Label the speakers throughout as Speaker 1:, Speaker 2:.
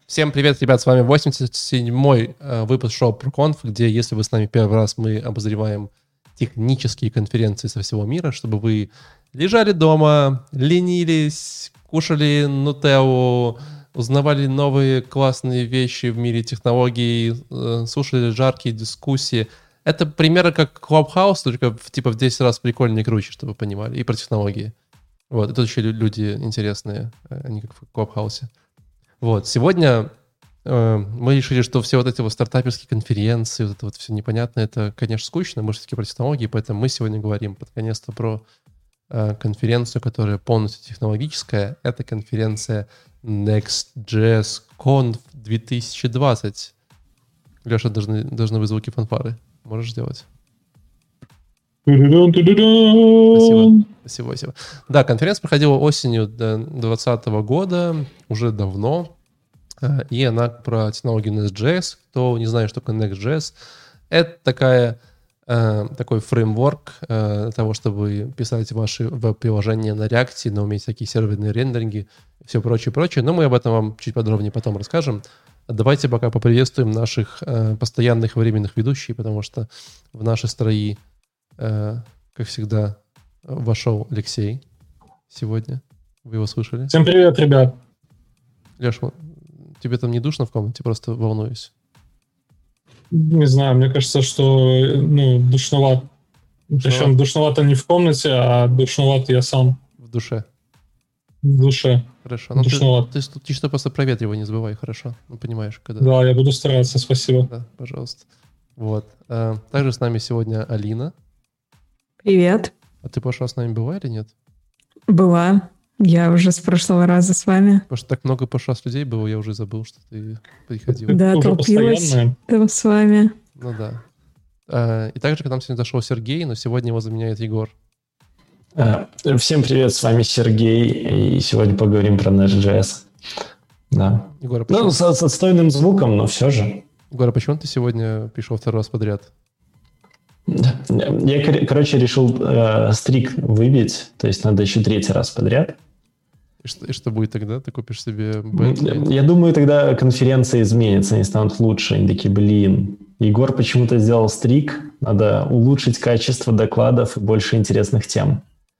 Speaker 1: Всем привет, ребят, с вами 87-й выпуск шоу ProConf, где, если вы с нами первый раз, мы обозреваем технические конференции со всего мира, чтобы вы лежали дома, ленились, кушали нутеллу, узнавали новые классные вещи в мире технологий, слушали жаркие дискуссии. Это примерно как Clubhouse, только типа в 10 раз прикольнее и круче, чтобы вы понимали, и про технологии. Вот, и тут еще люди интересные, они как в Clubhouse. Вот, сегодня мы решили, что все вот эти вот стартаперские конференции, вот это вот все непонятное, это, конечно, скучно, мы же все-таки про технологии, поэтому мы сегодня говорим подконец-то про конференцию, которая полностью технологическая. Это конференция Next.js Conf 2020. Леша, должны быть звуки фанфары. Можешь сделать? Спасибо. Да, конференция проходила осенью 2020 года, уже давно, и она про технологию Next.js. Кто не знает, что такое Next.js, это такой фреймворк для того, чтобы писать ваши веб-приложения на React, на уметь всякие серверные рендеринги, все прочее. Но мы об этом вам чуть подробнее потом расскажем. Давайте пока поприветствуем наших постоянных временных ведущих, потому что в наши строи, как всегда, вошел Алексей сегодня. Вы его слышали?
Speaker 2: Всем привет, ребят.
Speaker 1: Леш, тебе там не душно в комнате? Просто волнуюсь.
Speaker 2: Не знаю, мне кажется, что душновато. Причем душновато не в комнате, а душновато я сам.
Speaker 1: В душе?
Speaker 2: В душе.
Speaker 1: Хорошо. Ну, ты что просто проветривай, не забывай, хорошо? Ну, понимаешь, когда...
Speaker 2: Да, я буду стараться, спасибо.
Speaker 1: Да, пожалуйста. Вот. Также с нами сегодня Алина.
Speaker 3: Привет.
Speaker 1: А ты прошлый раз с нами была или нет?
Speaker 3: Была. Я уже с прошлого раза с вами.
Speaker 1: Потому что так много прошлый раз людей было, я уже забыл, что ты приходила.
Speaker 3: Да, толпилась там с вами.
Speaker 1: Ну да. И также к нам сегодня зашел Сергей, но сегодня его заменяет Егор.
Speaker 4: Всем привет, с вами Сергей, и сегодня поговорим про Next.js. Да.
Speaker 1: Егор,
Speaker 4: с отстойным звуком, но все же.
Speaker 1: Егор, почему ты сегодня пришел второй раз подряд?
Speaker 4: Я, решил стрик выбить, то есть надо еще третий раз подряд.
Speaker 1: И что будет тогда? Ты купишь себе Bentley?
Speaker 4: Я думаю, тогда конференция изменится, они станут лучше. Они такие, Егор почему-то сделал стрик, надо улучшить качество докладов и больше интересных тем.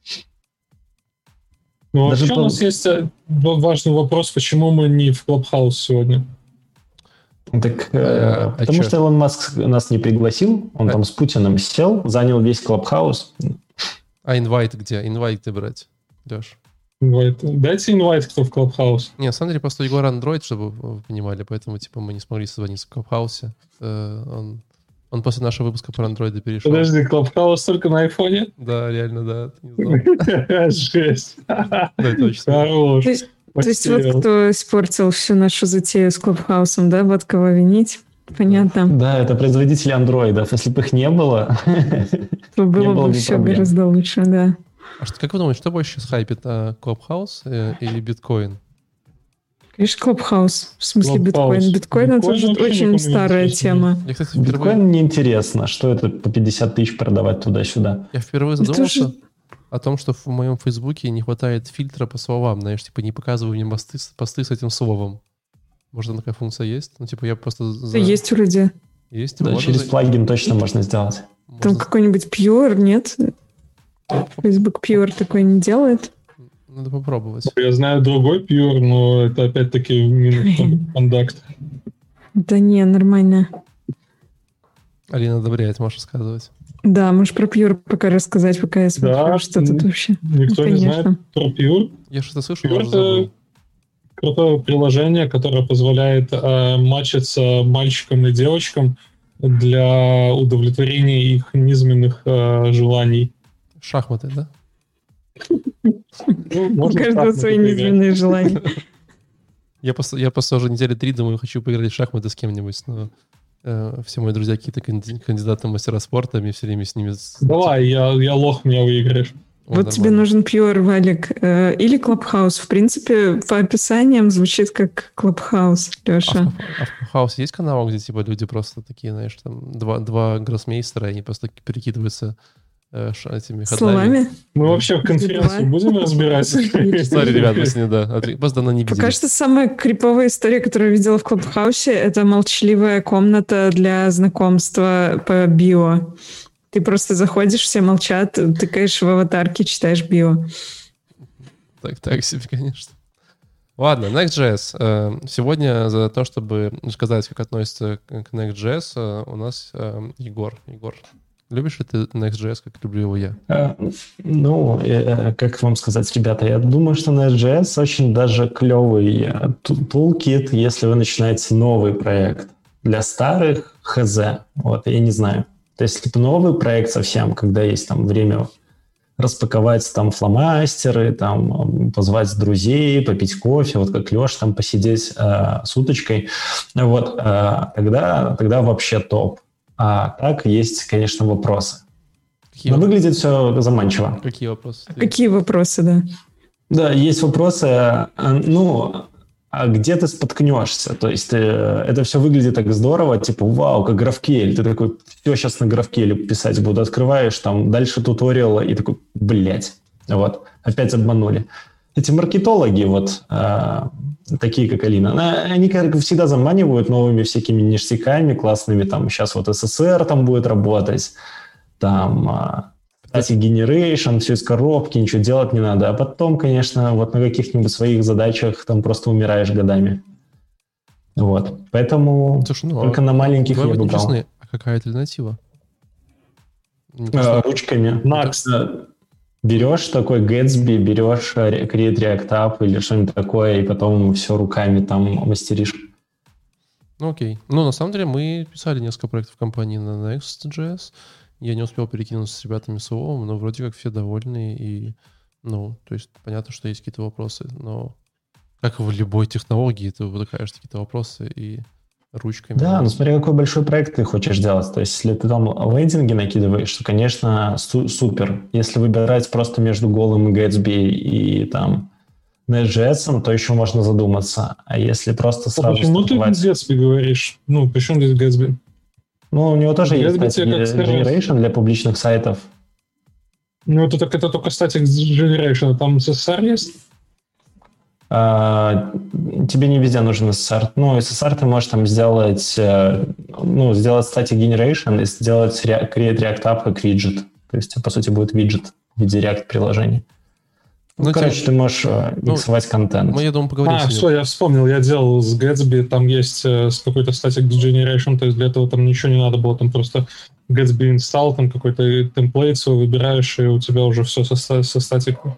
Speaker 2: Ну, вообще у нас есть важный вопрос, почему мы не в Clubhouse сегодня?
Speaker 4: Так, потому что Илон Маск нас не пригласил, он там с Путиным сел, занял весь Clubhouse.
Speaker 1: А инвайт где? Инвайт где брать, Леш?
Speaker 2: Дайте инвайт, кто в Clubhouse.
Speaker 1: Не, на самом деле, просто Егор Android, чтобы вы понимали, поэтому мы не смогли созвониться в Clubhouse. Он после нашего выпуска про Android перешел.
Speaker 2: Подожди, Clubhouse только на айфоне?
Speaker 1: Да, реально, да.
Speaker 2: Жесть.
Speaker 1: Да, точно.
Speaker 2: Хорош.
Speaker 3: То есть вот кто испортил всю нашу затею с Clubhouse, да? Вот кого винить. Понятно.
Speaker 4: Да, это производители андроидов. Если бы их не было,
Speaker 3: то было бы все гораздо лучше, да.
Speaker 1: А как вы думаете, что больше схайпит, Clubhouse или биткоин?
Speaker 3: Конечно, Clubhouse. В смысле биткоин. Биткоин это уже очень старая тема.
Speaker 4: Биткоин неинтересно. Что это по 50 тысяч продавать туда-сюда?
Speaker 1: Я впервые задумался о том, что в моем Фейсбуке не хватает фильтра по словам. Знаешь, не показывай мне посты с этим словом. Может, такая функция есть? Я просто...
Speaker 3: Есть у людей.
Speaker 1: Есть?
Speaker 4: Да, через плагин точно можно сделать.
Speaker 3: Там какой-нибудь Pure, нет? Facebook Pure такой не делает.
Speaker 1: Надо попробовать.
Speaker 2: Я знаю другой Pure, но это опять-таки минус контакт.
Speaker 3: Да не, нормально.
Speaker 1: Алина одобряет, можешь рассказывать.
Speaker 3: Да, можешь про Pure пока рассказать, пока я смотрю, что тут вообще.
Speaker 2: Никто не знает про Pure.
Speaker 1: Я что-то слышал,
Speaker 2: Pure — это крутое приложение, которое позволяет матчиться мальчикам и девочкам для удовлетворения их низменных желаний.
Speaker 1: Шахматы, да?
Speaker 3: У каждого свои низменные желания.
Speaker 1: Я просто уже недели 3 думаю, хочу поиграть в шахматы с кем-нибудь, но все мои друзья какие-то кандидаты в мастера спорта, мне все время с ними...
Speaker 2: Давай, я лох, меня выиграешь.
Speaker 3: Вот тебе нужен Pure, Валик, или Clubhouse. В принципе, по описаниям звучит как Clubhouse, Леша.
Speaker 1: А в Clubhouse есть канал, где люди просто такие, знаешь, там два гроссмейстера, они просто перекидываются этими ходами.
Speaker 3: Словами?
Speaker 2: Мы вообще конференцию будем разбирать?
Speaker 1: Сори, ребят, если не да. Просто давно не видели.
Speaker 3: Пока что самая криповая история, которую я видела в Клабхаусе, это молчаливая комната для знакомства по био. Ты просто заходишь, все молчат, тыкаешь в аватарки, читаешь био.
Speaker 1: Так себе, конечно. Ладно, Next.js. Сегодня за то, чтобы сказать, как относится к Next.js, у нас Егор. Егор, любишь ли ты Next.js, как люблю его я?
Speaker 4: Как вам сказать, ребята, я думаю, что Next.js очень даже клевый toolkit, если вы начинаете новый проект. Для старых хз, я не знаю. То есть, типа, новый проект совсем, когда есть там время распаковать там фломастеры, там позвать друзей, попить кофе, вот как Леша, там посидеть с уточкой, тогда вообще топ. А так есть, конечно, вопросы. Но выглядит все заманчиво.
Speaker 1: Какие вопросы?
Speaker 3: Какие вопросы, да? Да,
Speaker 4: есть вопросы, а где ты споткнешься? То есть это все выглядит так здорово, типа, вау, как GraphQL. Ты такой, все, сейчас на GraphQL писать буду. Открываешь, там, дальше туториал, и такой, опять обманули. Эти маркетологи, такие, как Алина, они, как всегда, заманивают новыми всякими ништяками классными. Там, сейчас SSR там будет работать, там... Static Generation, все из коробки, ничего делать не надо. А потом, конечно, на каких-нибудь своих задачах там просто умираешь годами. Поэтому только на маленьких я бы брал.
Speaker 1: А какая альтернатива?
Speaker 4: Ручками. Берешь такой Gatsby, берешь Create React App или что-нибудь такое, и потом все руками там мастеришь.
Speaker 1: Окей. На самом деле мы писали несколько проектов в компании на Next.js. Я не успел перекинуться с ребятами с ООМ, но вроде как все довольны. И, то есть понятно, что есть какие-то вопросы, но как в любой технологии, ты вытыкаешь какие-то вопросы и ручками.
Speaker 4: Да, смотри, какой большой проект ты хочешь делать. То есть если ты там лендинги накидываешь, то, конечно, супер. Если выбирать просто между голым и Gatsby и там Next.js, то еще можно задуматься. А если просто сразу...
Speaker 2: Почему ты Gatsby говоришь? Почему здесь Gatsby?
Speaker 4: У него тоже есть Static Generation для публичных сайтов.
Speaker 2: Это только Static Generation, а там SSR есть?
Speaker 4: Тебе не везде нужен SSR. SSR ты можешь там сделать Static Generation и сделать Create React App как виджет. То есть, по сути, будет виджет в виде React-приложений. Ты можешь миксовать контент.
Speaker 1: Мы, я думаю, поговорим.
Speaker 2: Все, я вспомнил, я делал с Gatsby, там есть какой-то Static Generation, то есть для этого там ничего не надо было, там просто Gatsby install, там какой-то темплейт свой выбираешь, и у тебя уже все со статикой.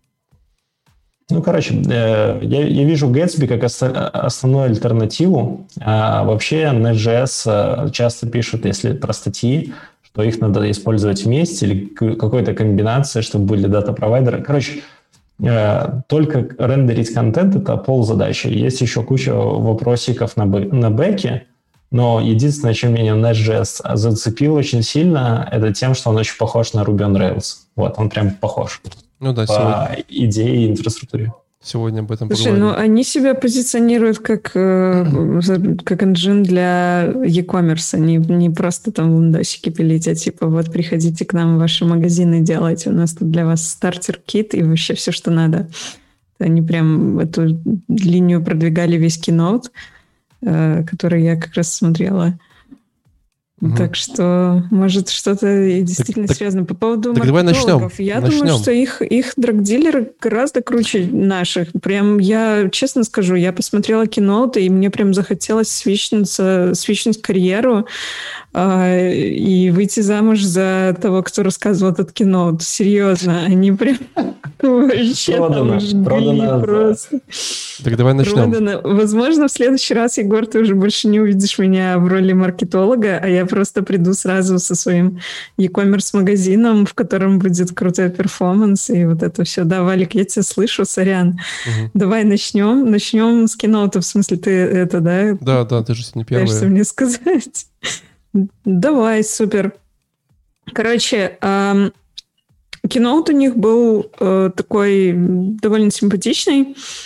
Speaker 4: Я вижу Gatsby как основную альтернативу. А вообще Next.js часто пишут, если про статьи, что их надо использовать вместе или какой-то комбинации, чтобы были дата-провайдеры. Только рендерить контент — это ползадачи. Есть еще куча вопросиков на бэке, но единственное, чем меня Next.js зацепил очень сильно, это тем, что он очень похож на Ruby on Rails. Он прям похож по идее и инфраструктуре.
Speaker 1: Сегодня об этом
Speaker 3: поговорим.
Speaker 1: Слушай,
Speaker 3: они себя позиционируют как engine для e-commerce. Они не просто там лондосики пилить, а типа приходите к нам в ваши магазины, делайте. У нас тут для вас стартер-кит и вообще все, что надо. Они прям эту линию продвигали весь Keynote, который я как раз смотрела. Так что, может, что-то и действительно серьезно. По поводу маркетологов, я думаю, что их драгдилеры гораздо круче наших. Прям, я честно скажу, я посмотрела Keynote, и мне прям захотелось свичнуть карьеру и выйти замуж за того, кто рассказывал этот Keynote. Серьезно, они прям вообще там жгли просто.
Speaker 1: Так давай начнем.
Speaker 3: Возможно, в следующий раз, Егор, ты уже больше не увидишь меня в роли маркетолога, а я просто приду сразу со своим e-commerce магазином, в котором будет крутой перформанс и вот это все. Да, Валик, я тебя слышу, сорян. Давай начнем. Начнем с Keynote, в смысле, ты это, да?
Speaker 1: Да, ты же сегодня первая.
Speaker 3: Что мне сказать? Давай, супер. Короче, Keynote у них был такой довольно симпатичный.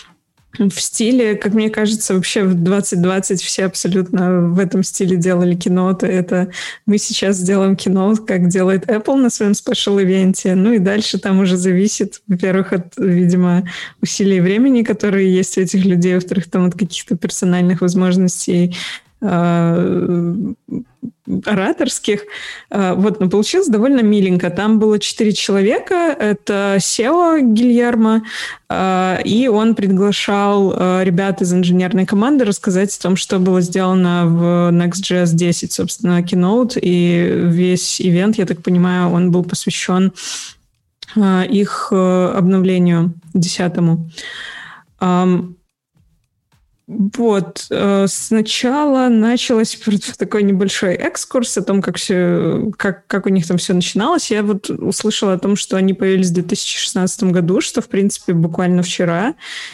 Speaker 3: в стиле, как мне кажется, вообще в 2020 все абсолютно в этом стиле делали киноты. Это мы сейчас сделаем кино, как делает Apple на своем спешл-ивенте. Ну и дальше там уже зависит, во-первых, от, видимо, усилий времени, которые есть у этих людей, во-вторых, там от каких-то персональных возможностей ораторских. Вот, но получилось довольно миленько. Там было 4 человека. Это SEO Гильермо, и он приглашал ребят из инженерной команды рассказать о том, что было сделано в Next.js 10, собственно, Keynote, и весь ивент, я так понимаю, он был посвящен их обновлению 10-му. Вот, сначала началось такой небольшой экскурс о том, как у них там все начиналось. Я вот услышала о том, что они появились в 2016 году, что, в принципе, буквально вчера.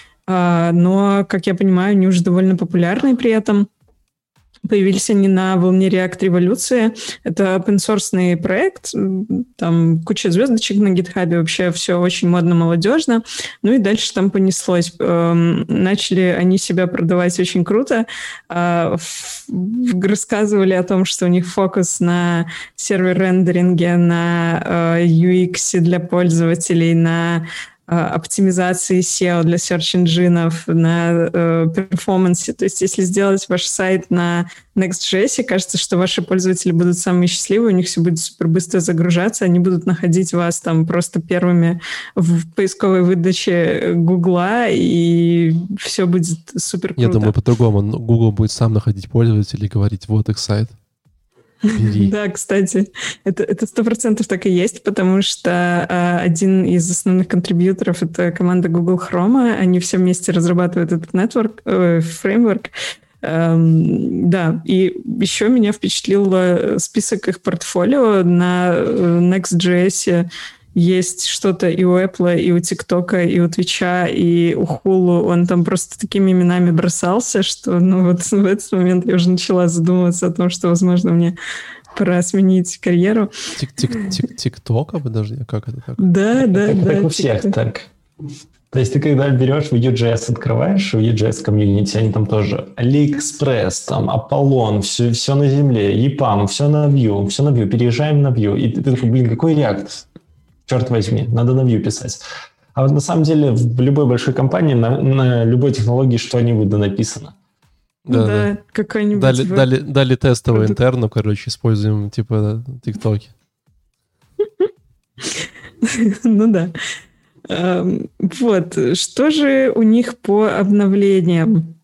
Speaker 3: Но, как я понимаю, они уже довольно популярны при этом. Появились они на волне React-революции. Это open-source проект, там куча звездочек на GitHub, вообще все очень модно-молодежно. Ну и дальше там понеслось. Начали они себя продавать очень круто. Рассказывали о том, что у них фокус на сервер-рендеринге, на UX для пользователей, на оптимизации SEO для серч-инжинов, на перформансе. То есть если сделать ваш сайт на Next.js, кажется, что ваши пользователи будут самые счастливые, у них все будет супер быстро загружаться, они будут находить вас там просто первыми в поисковой выдаче Гугла, и все будет супер круто.
Speaker 1: Я думаю, по-другому. Google будет сам находить пользователей и говорить, вот их сайт. Бери.
Speaker 3: Да, кстати, это 100% так и есть, потому что один из основных контрибьюторов — это команда Google Chrome, они все вместе разрабатывают этот фреймворк. Да, и еще меня впечатлил список их портфолио. На Next.js есть что-то и у Apple, и у TikTok, и у Twitch, и у Hulu. Он там просто такими именами бросался, что вот в этот момент я уже начала задумываться о том, что, возможно, мне пора сменить карьеру.
Speaker 1: TikTok? Подожди, как это так?
Speaker 3: Да.
Speaker 4: Так у всех так. То есть ты когда берешь Vue.js, открываешь Vue.js комьюнити, они там тоже AliExpress, там Apollon, все на земле, EPAM, все на Vue, переезжаем на Vue. И ты такой, какой React? Черт возьми, надо на Vue писать. А вот на самом деле в любой большой компании на любой технологии что-нибудь написано.
Speaker 3: Да, какой-нибудь...
Speaker 1: Дали тестовую интерну, используем типа ТикТоки.
Speaker 3: Ну да. Вот, что же у них по обновлениям?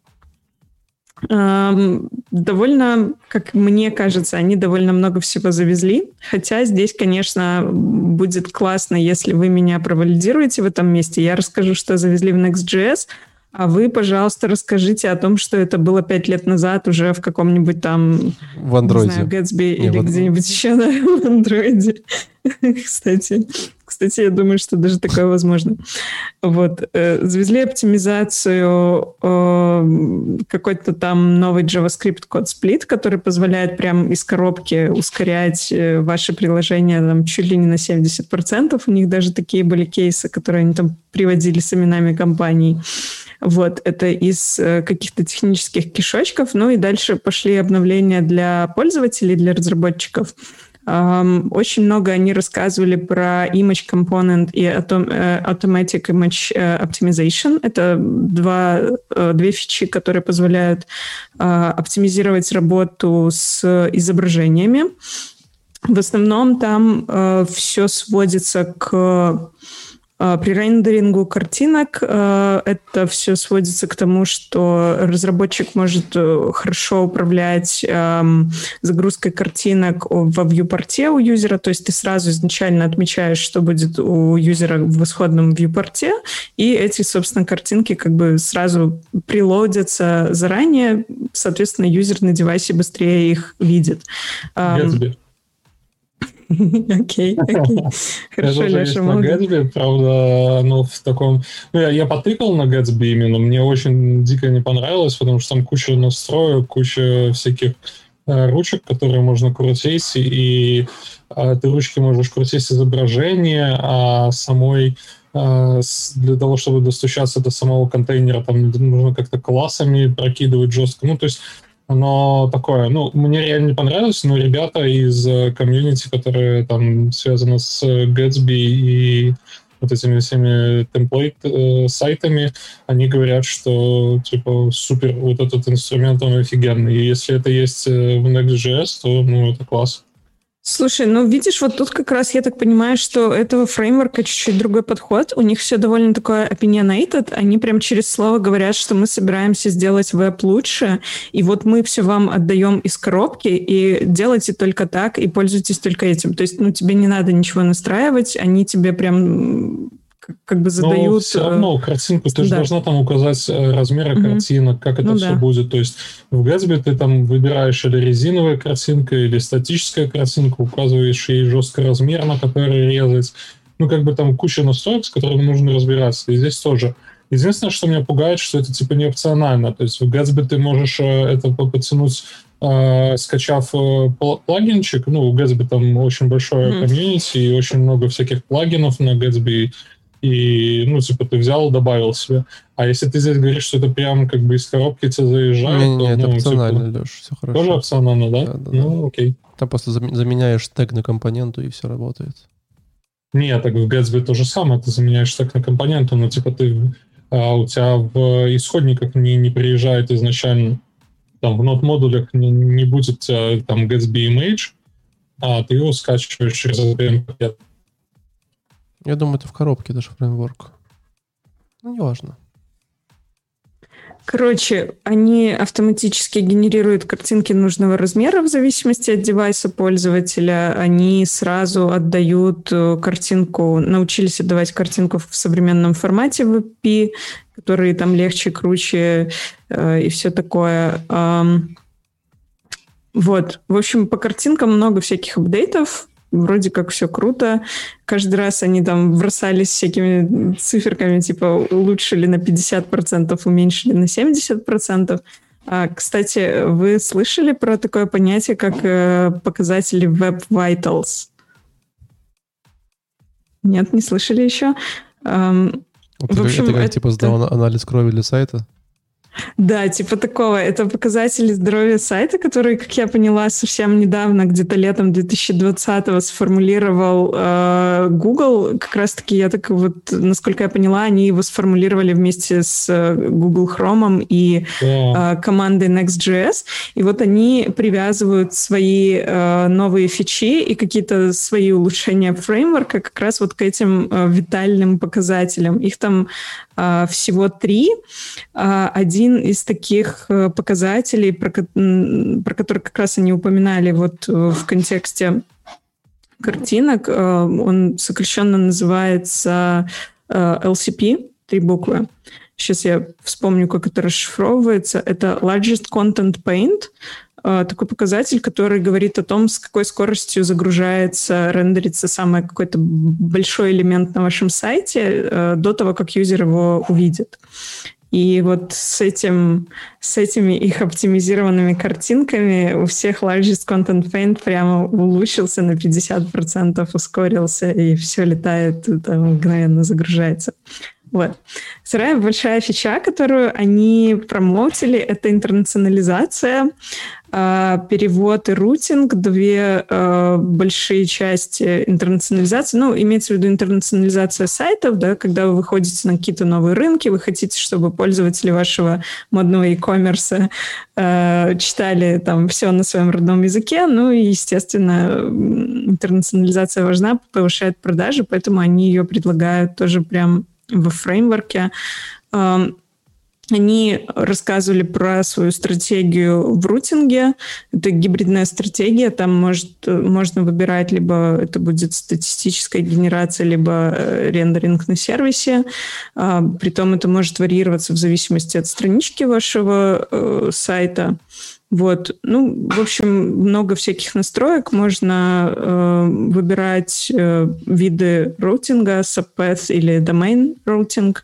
Speaker 3: Довольно, как мне кажется, они довольно много всего завезли, хотя здесь, конечно, будет классно, если вы меня провалидируете в этом месте. Я расскажу, что завезли в Next.js, а вы, пожалуйста, расскажите о том, что это было 5 лет назад уже в каком-нибудь там...
Speaker 1: В Android.
Speaker 3: Не знаю, Gatsby или где-нибудь еще, да, в Android. Кстати, я думаю, что даже такое возможно. Вот. Завезли оптимизацию какой-то там новый JavaScript код сплит, который позволяет прямо из коробки ускорять ваши приложения там, чуть ли не на 70%. У них даже такие были кейсы, которые они там приводили с именами компаний. Вот, это из каких-то технических кишочков. Ну и дальше пошли обновления для пользователей, для разработчиков. Очень много они рассказывали про Image Component и Automatic Image Optimization. Это две фичи, которые позволяют оптимизировать работу с изображениями. В основном там все сводится к... При рендерингу картинок это все сводится к тому, что разработчик может хорошо управлять загрузкой картинок во вьюпорте у юзера, то есть ты сразу изначально отмечаешь, что будет у юзера в исходном вьюпорте, и эти, собственно, картинки как бы сразу прилоудятся заранее, соответственно, юзер на девайсе быстрее их видит. Окей. Хорошо, Леша,
Speaker 2: на Gatsby, правда, в таком... Я потыкал на Gatsby именно, мне очень дико не понравилось, потому что там куча настроек, куча всяких ручек, которые можно крутить, и ты ручки можешь крутить изображение, а самой для того, чтобы достучаться до самого контейнера, там нужно как-то классами прокидывать жестко. Ну, то есть оно такое, ну, мне реально не понравилось, но ребята из комьюнити, которые там связаны с Gatsby и вот этими всеми темплейт-сайтами, они говорят, что, типа, супер, вот этот инструмент, он офигенный. И если это есть в Next.js, то, ну, это класс.
Speaker 3: Слушай, ну видишь, вот тут как раз я так понимаю, что у этого фреймворка чуть-чуть другой подход. У них все довольно такое opinionated. Они прям через слово говорят, что мы собираемся сделать веб лучше, и вот мы все вам отдаем из коробки, и делайте только так, и пользуйтесь только этим. То есть, ну, тебе не надо ничего настраивать, они тебе прям как бы задают...
Speaker 2: Но все равно картинку, ты же должна там указать размеры картинок, как это все будет. То есть в Gatsby ты там выбираешь или резиновая картинка, или статическая картинка, указываешь ей жестко размер, на который резать. Ну, как бы там куча настроек, с которыми нужно разбираться. И здесь тоже. Единственное, что меня пугает, что это типа не опционально. То есть в Gatsby ты можешь это потянуть, скачав плагинчик. Ну, у Gatsby там очень большое комьюнити и очень много всяких плагинов на Gatsby. И, ну, типа, ты взял, добавил себе. А если ты здесь говоришь, что это прям как бы из коробки тебе заезжает...
Speaker 1: Не,
Speaker 2: то,
Speaker 1: это
Speaker 2: ну,
Speaker 1: опционально,
Speaker 2: типа,
Speaker 1: Леш, все хорошо.
Speaker 2: Тоже опционально, да?
Speaker 1: Да.
Speaker 2: Ну, окей.
Speaker 1: Там просто заменяешь тег на компоненту, и все работает.
Speaker 2: Нет, так в Gatsby то же самое. Ты заменяешь тег на компоненту, но, типа, ты... у тебя в исходниках не приезжает изначально... Там в нод-модулях не будет там Gatsby Image, а ты его скачиваешь через NPM-пакет.
Speaker 1: Я думаю, это в коробке даже фреймворк. Ну, неважно.
Speaker 3: Короче, они автоматически генерируют картинки нужного размера в зависимости от девайса пользователя. Они сразу отдают картинку, научились отдавать картинку в современном формате WebP, которые там легче, круче и все такое. Вот. В общем, по картинкам много всяких апдейтов. Вроде как все круто. Каждый раз они там бросались всякими циферками, типа улучшили на 50%, уменьшили на 70%. Кстати, вы слышали про такое понятие, как показатели Web Vitals? Нет, не слышали еще?
Speaker 1: В общем, это как типа сдал анализ крови для сайта?
Speaker 3: Да, типа такого. Это показатели здоровья сайта, которые, как я поняла, совсем недавно, где-то летом 2020-го сформулировал Google. Как раз-таки я так вот, насколько я поняла, они его сформулировали вместе с Google Chrome и командой Next.js. И вот они привязывают свои новые фичи и какие-то свои улучшения фреймворка как раз вот к этим витальным показателям. Их там всего 3. Один из таких показателей, про который как раз они упоминали вот в контексте картинок, он сокращенно называется LCP, 3 буквы. Сейчас я вспомню, как это расшифровывается. Это Largest Content Paint. Такой показатель, который говорит о том, с какой скоростью загружается, рендерится самый какой-то большой элемент на вашем сайте до того, как юзер его увидит. И вот с этими их оптимизированными картинками у всех Largest Content Paint прямо улучшился на 50%, ускорился, и все летает, там, мгновенно загружается. Вот. Вторая большая фича, которую они промоутили, это интернационализация, перевод и рутинг, 2 большие части интернационализации. Ну, имеется в виду интернационализация сайтов, да, когда вы выходите на какие-то новые рынки, вы хотите, чтобы пользователи вашего модного e-commerce читали там все на своем родном языке. Ну и, естественно, интернационализация важна, повышает продажи, поэтому они ее предлагают тоже прям во фреймворке. Они рассказывали про свою стратегию в рутинге. Это гибридная стратегия. Там можно выбирать, либо это будет статистическая генерация, либо рендеринг на сервисе. Притом это может варьироваться в зависимости от странички вашего сайта. Вот. Ну, в общем, много всяких настроек. Можно выбирать виды роутинга, subpath или domain роутинг.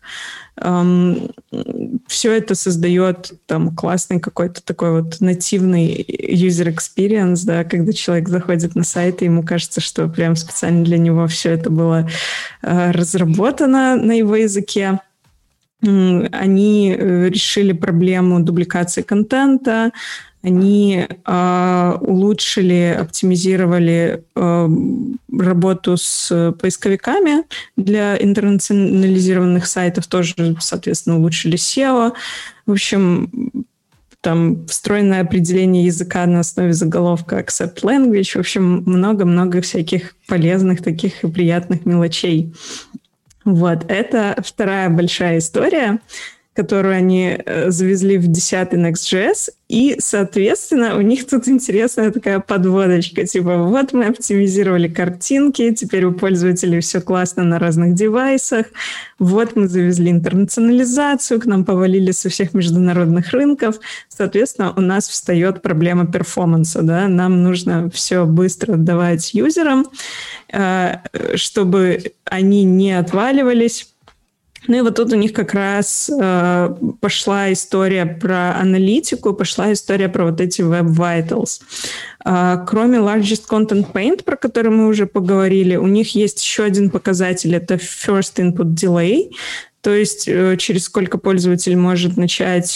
Speaker 3: Все это создает там классный какой-то такой вот нативный user experience, да, когда человек заходит на сайт, и ему кажется, что прям специально для него все это было разработано на его языке. Они решили проблему дубликации контента, они улучшили, оптимизировали работу с поисковиками для интернационализированных сайтов, тоже, соответственно, улучшили SEO. В общем, там встроенное определение языка на основе заголовка Accept Language. В общем, много-много всяких полезных таких и приятных мелочей. Вот, это вторая большая история, которую они завезли в 10-й Next.js, и, соответственно, у них тут интересная такая подводочка, типа вот мы оптимизировали картинки, теперь у пользователей все классно на разных девайсах, вот мы завезли интернационализацию, к нам повалили со всех международных рынков, соответственно, у нас встает проблема перформанса, да, нам нужно все быстро отдавать юзерам, чтобы они не отваливались. Ну и вот тут у них как раз пошла история про аналитику, пошла история про вот эти Web Vitals. Кроме Largest Content Paint, про который мы уже поговорили, у них есть еще один показатель, это First Input Delay, то есть через сколько пользователь может начать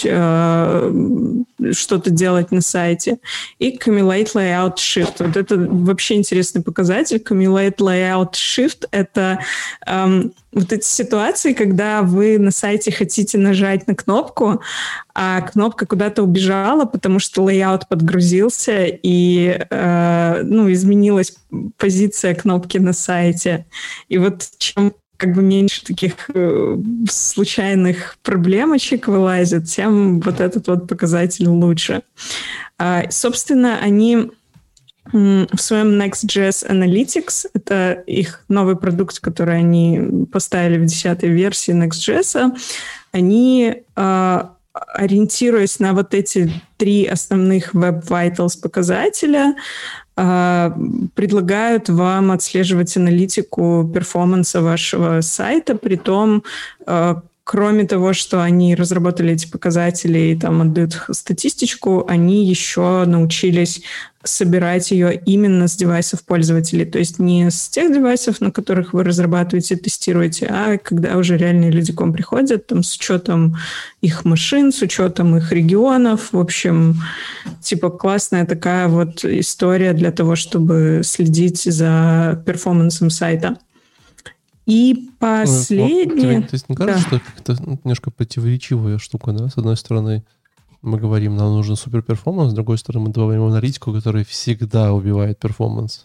Speaker 3: что-то делать на сайте. И Cumulate Layout Shift. Вот это вообще интересный показатель. Cumulate Layout Shift — это вот эти ситуации, когда вы на сайте хотите нажать на кнопку, а кнопка куда-то убежала, потому что лейаут подгрузился, и изменилась позиция кнопки на сайте. И вот чем как бы меньше таких случайных проблемочек вылазит, тем вот этот вот показатель лучше. Собственно, они в своем Next.js Analytics, это их новый продукт, который они поставили в 10-й версии Next.js, они, ориентируясь на вот эти 3 основных Web Vitals показателя, предлагают вам отслеживать аналитику перформанса вашего сайта, при том, кроме того, что они разработали эти показатели и там отдают статистичку, они еще научились собирать ее именно с девайсов пользователей. То есть не с тех девайсов, на которых вы разрабатываете, тестируете, а когда уже реальные люди к вам приходят, там, с учетом их машин, с учетом их регионов. В общем, типа классная такая вот история для того, чтобы следить за перформансом сайта. И последнее...
Speaker 1: То есть не кажется, что это немножко противоречивая штука, да? С одной стороны, мы говорим, нам нужен суперперформанс, с другой стороны, мы добавим аналитику, которая всегда убивает перформанс.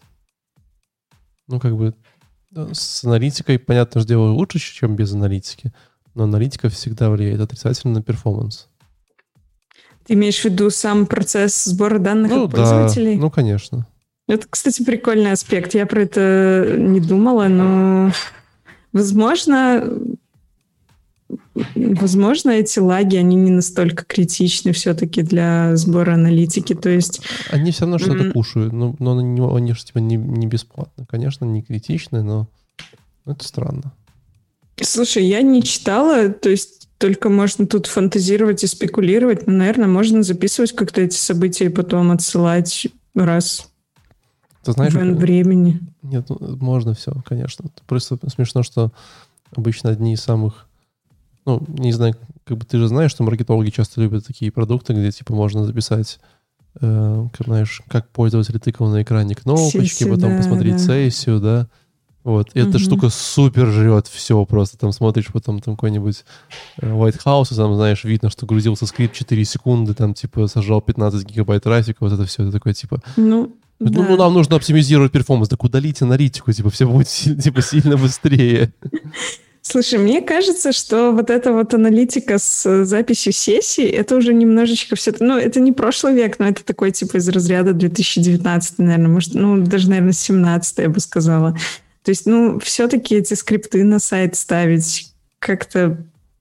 Speaker 1: Ну, как бы, да, с аналитикой, понятно, что дело лучше, чем без аналитики, но аналитика всегда влияет отрицательно на перформанс.
Speaker 3: Ты имеешь в виду сам процесс сбора данных от пользователей?
Speaker 1: Ну, конечно.
Speaker 3: Это, кстати, прикольный аспект. Я про это не думала, но... Возможно, эти лаги, они не настолько критичны все-таки для сбора аналитики, то есть...
Speaker 1: Они все равно что-то кушают, но они же типа не бесплатно. Конечно, не критичны, но это странно.
Speaker 3: Слушай, я не читала, то есть только можно тут фантазировать и спекулировать, но, наверное, можно записывать как-то эти события и потом отсылать раз
Speaker 1: ты знаешь,
Speaker 3: в времени.
Speaker 1: Нет, можно все, конечно. Просто смешно, что обычно одни из самых... Ну, не знаю, как бы ты же знаешь, что маркетологи часто любят такие продукты, где типа можно записать, знаешь, как пользователь тыкал на экране кнопочки, потом посмотреть сессию, да. Вот. И эта штука супер жрет все просто. Там смотришь потом там какой-нибудь White House, и там, знаешь, видно, что грузился скрипт 4 секунды, там типа сожрал 15 гигабайт трафика, вот это все. Это такое типа... Ну, нам нужно оптимизировать перформанс. Так удалите аналитику, типа все будет типа сильно быстрее.
Speaker 3: Слушай, мне кажется, что вот эта вот аналитика с записью сессий, это уже немножечко все... Ну, это не прошлый век, но это такой типа из разряда 2019, наверное, может, даже, наверное, 17 я бы сказала. То есть, все-таки эти скрипты на сайт ставить как-то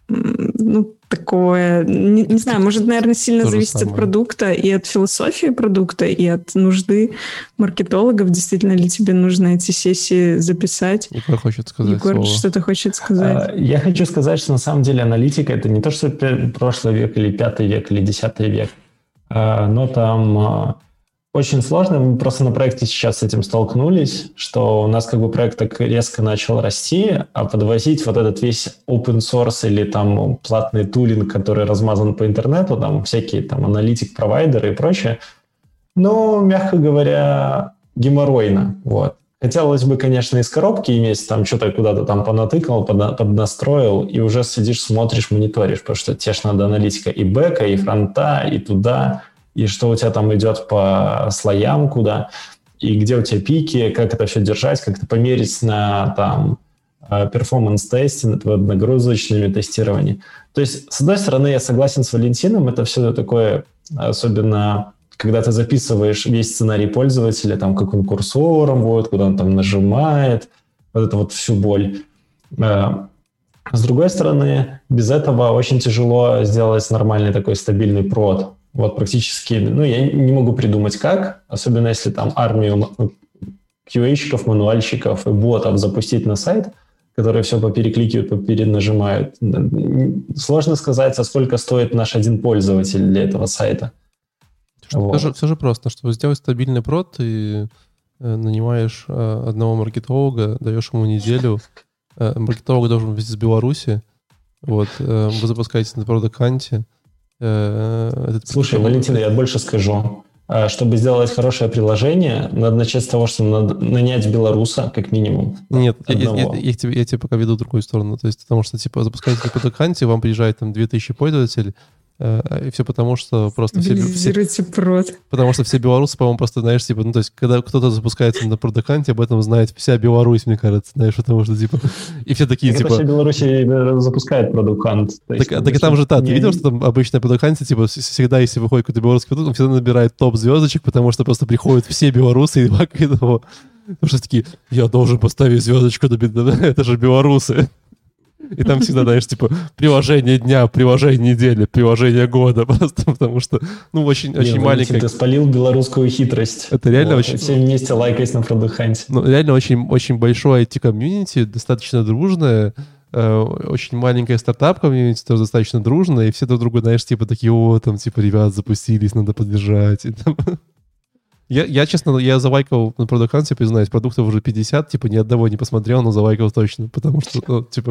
Speaker 3: такое... Не знаю, может, наверное, сильно
Speaker 1: То же
Speaker 3: зависит от
Speaker 1: самое.
Speaker 3: продукта и от философии продукта, и от нужды маркетологов. Действительно ли тебе нужно эти сессии записать?
Speaker 1: Егор хочет сказать
Speaker 3: Егор
Speaker 1: слово.
Speaker 3: что-то хочет сказать.
Speaker 4: Я хочу сказать, что на самом деле аналитика — это не то, что прошлый век или 5 век или 10 век, но там очень сложно. Мы просто на проекте сейчас с этим столкнулись, что у нас как бы проект так резко начал расти, а подвозить вот этот весь open source или там платный тулинг, который размазан по интернету, там всякие там аналитик-провайдеры и прочее, мягко говоря, геморройно. Вот. Хотелось бы, конечно, из коробки иметь, там что-то куда-то там понатыкал, поднастроил, и уже сидишь, смотришь, мониторишь, потому что тебе ж надо аналитика и бэка, и фронта, и туда, и что у тебя там идет по слоям куда, и где у тебя пики, как это все держать, как это померить на там перформанс-тесте, нагрузочными тестированиями. То есть, с одной стороны, я согласен с Валентином, это все такое, особенно когда ты записываешь весь сценарий пользователя, там, как он курсором будет, куда он там нажимает, вот это вот всю боль. С другой стороны, без этого очень тяжело сделать нормальный такой стабильный прод. Вот практически, я не могу придумать как, особенно если там армию QA-щиков, мануальщиков и ботов запустить на сайт, которые все поперекликивают, поперенажимают. Сложно сказать, а сколько стоит наш один пользователь для этого сайта.
Speaker 1: Вот. Все же просто, чтобы сделать стабильный прод, ты нанимаешь одного маркетолога, даешь ему неделю. Маркетолог должен быть из Беларуси. Вот, вы запускаете на продакт-ханте.
Speaker 4: Слушай, Валентин, я больше скажу. Чтобы сделать хорошее приложение, надо начать с того, что надо нанять белоруса, как минимум.
Speaker 1: Нет, я тебе пока веду в другую сторону. То есть, потому что, запускаете на продакт-ханте, вам приезжает там 2000 пользователей, и все потому, что просто
Speaker 3: Визируйте прод.
Speaker 1: Потому что все белорусы, по-моему, просто, знаешь, то есть, когда кто-то запускается на продакт-ханте, об этом знает вся Беларусь, мне кажется, знаешь, потому что, и все такие,
Speaker 4: так вся Беларусь запускает продакт-хант.
Speaker 1: Так и там же, ты видел, что там обычно продакт-ханте, всегда, если выходит какой-то белорусский продукт, он всегда набирает топ-звездочек, потому что просто приходят все белорусы и лакают его. Потому что такие, я должен поставить звездочку, это же белорусы. И там всегда, знаешь, приложение дня, приложение недели, приложение года, просто потому что, очень маленькая...
Speaker 4: Ты спалил белорусскую хитрость.
Speaker 1: Это реально очень...
Speaker 4: Все вместе лайкаясь на продакт-ханте.
Speaker 1: Реально очень большое IT-комьюнити, достаточно дружное, очень маленькая стартап-комьюнити тоже достаточно дружная, и все друг друга, знаешь, такие, ребят, запустились, надо поддержать. И там... Я, честно, я залайкал на продакт-ханте, признаюсь, продуктов уже 50, ни одного не посмотрел, но залайкал точно, потому что,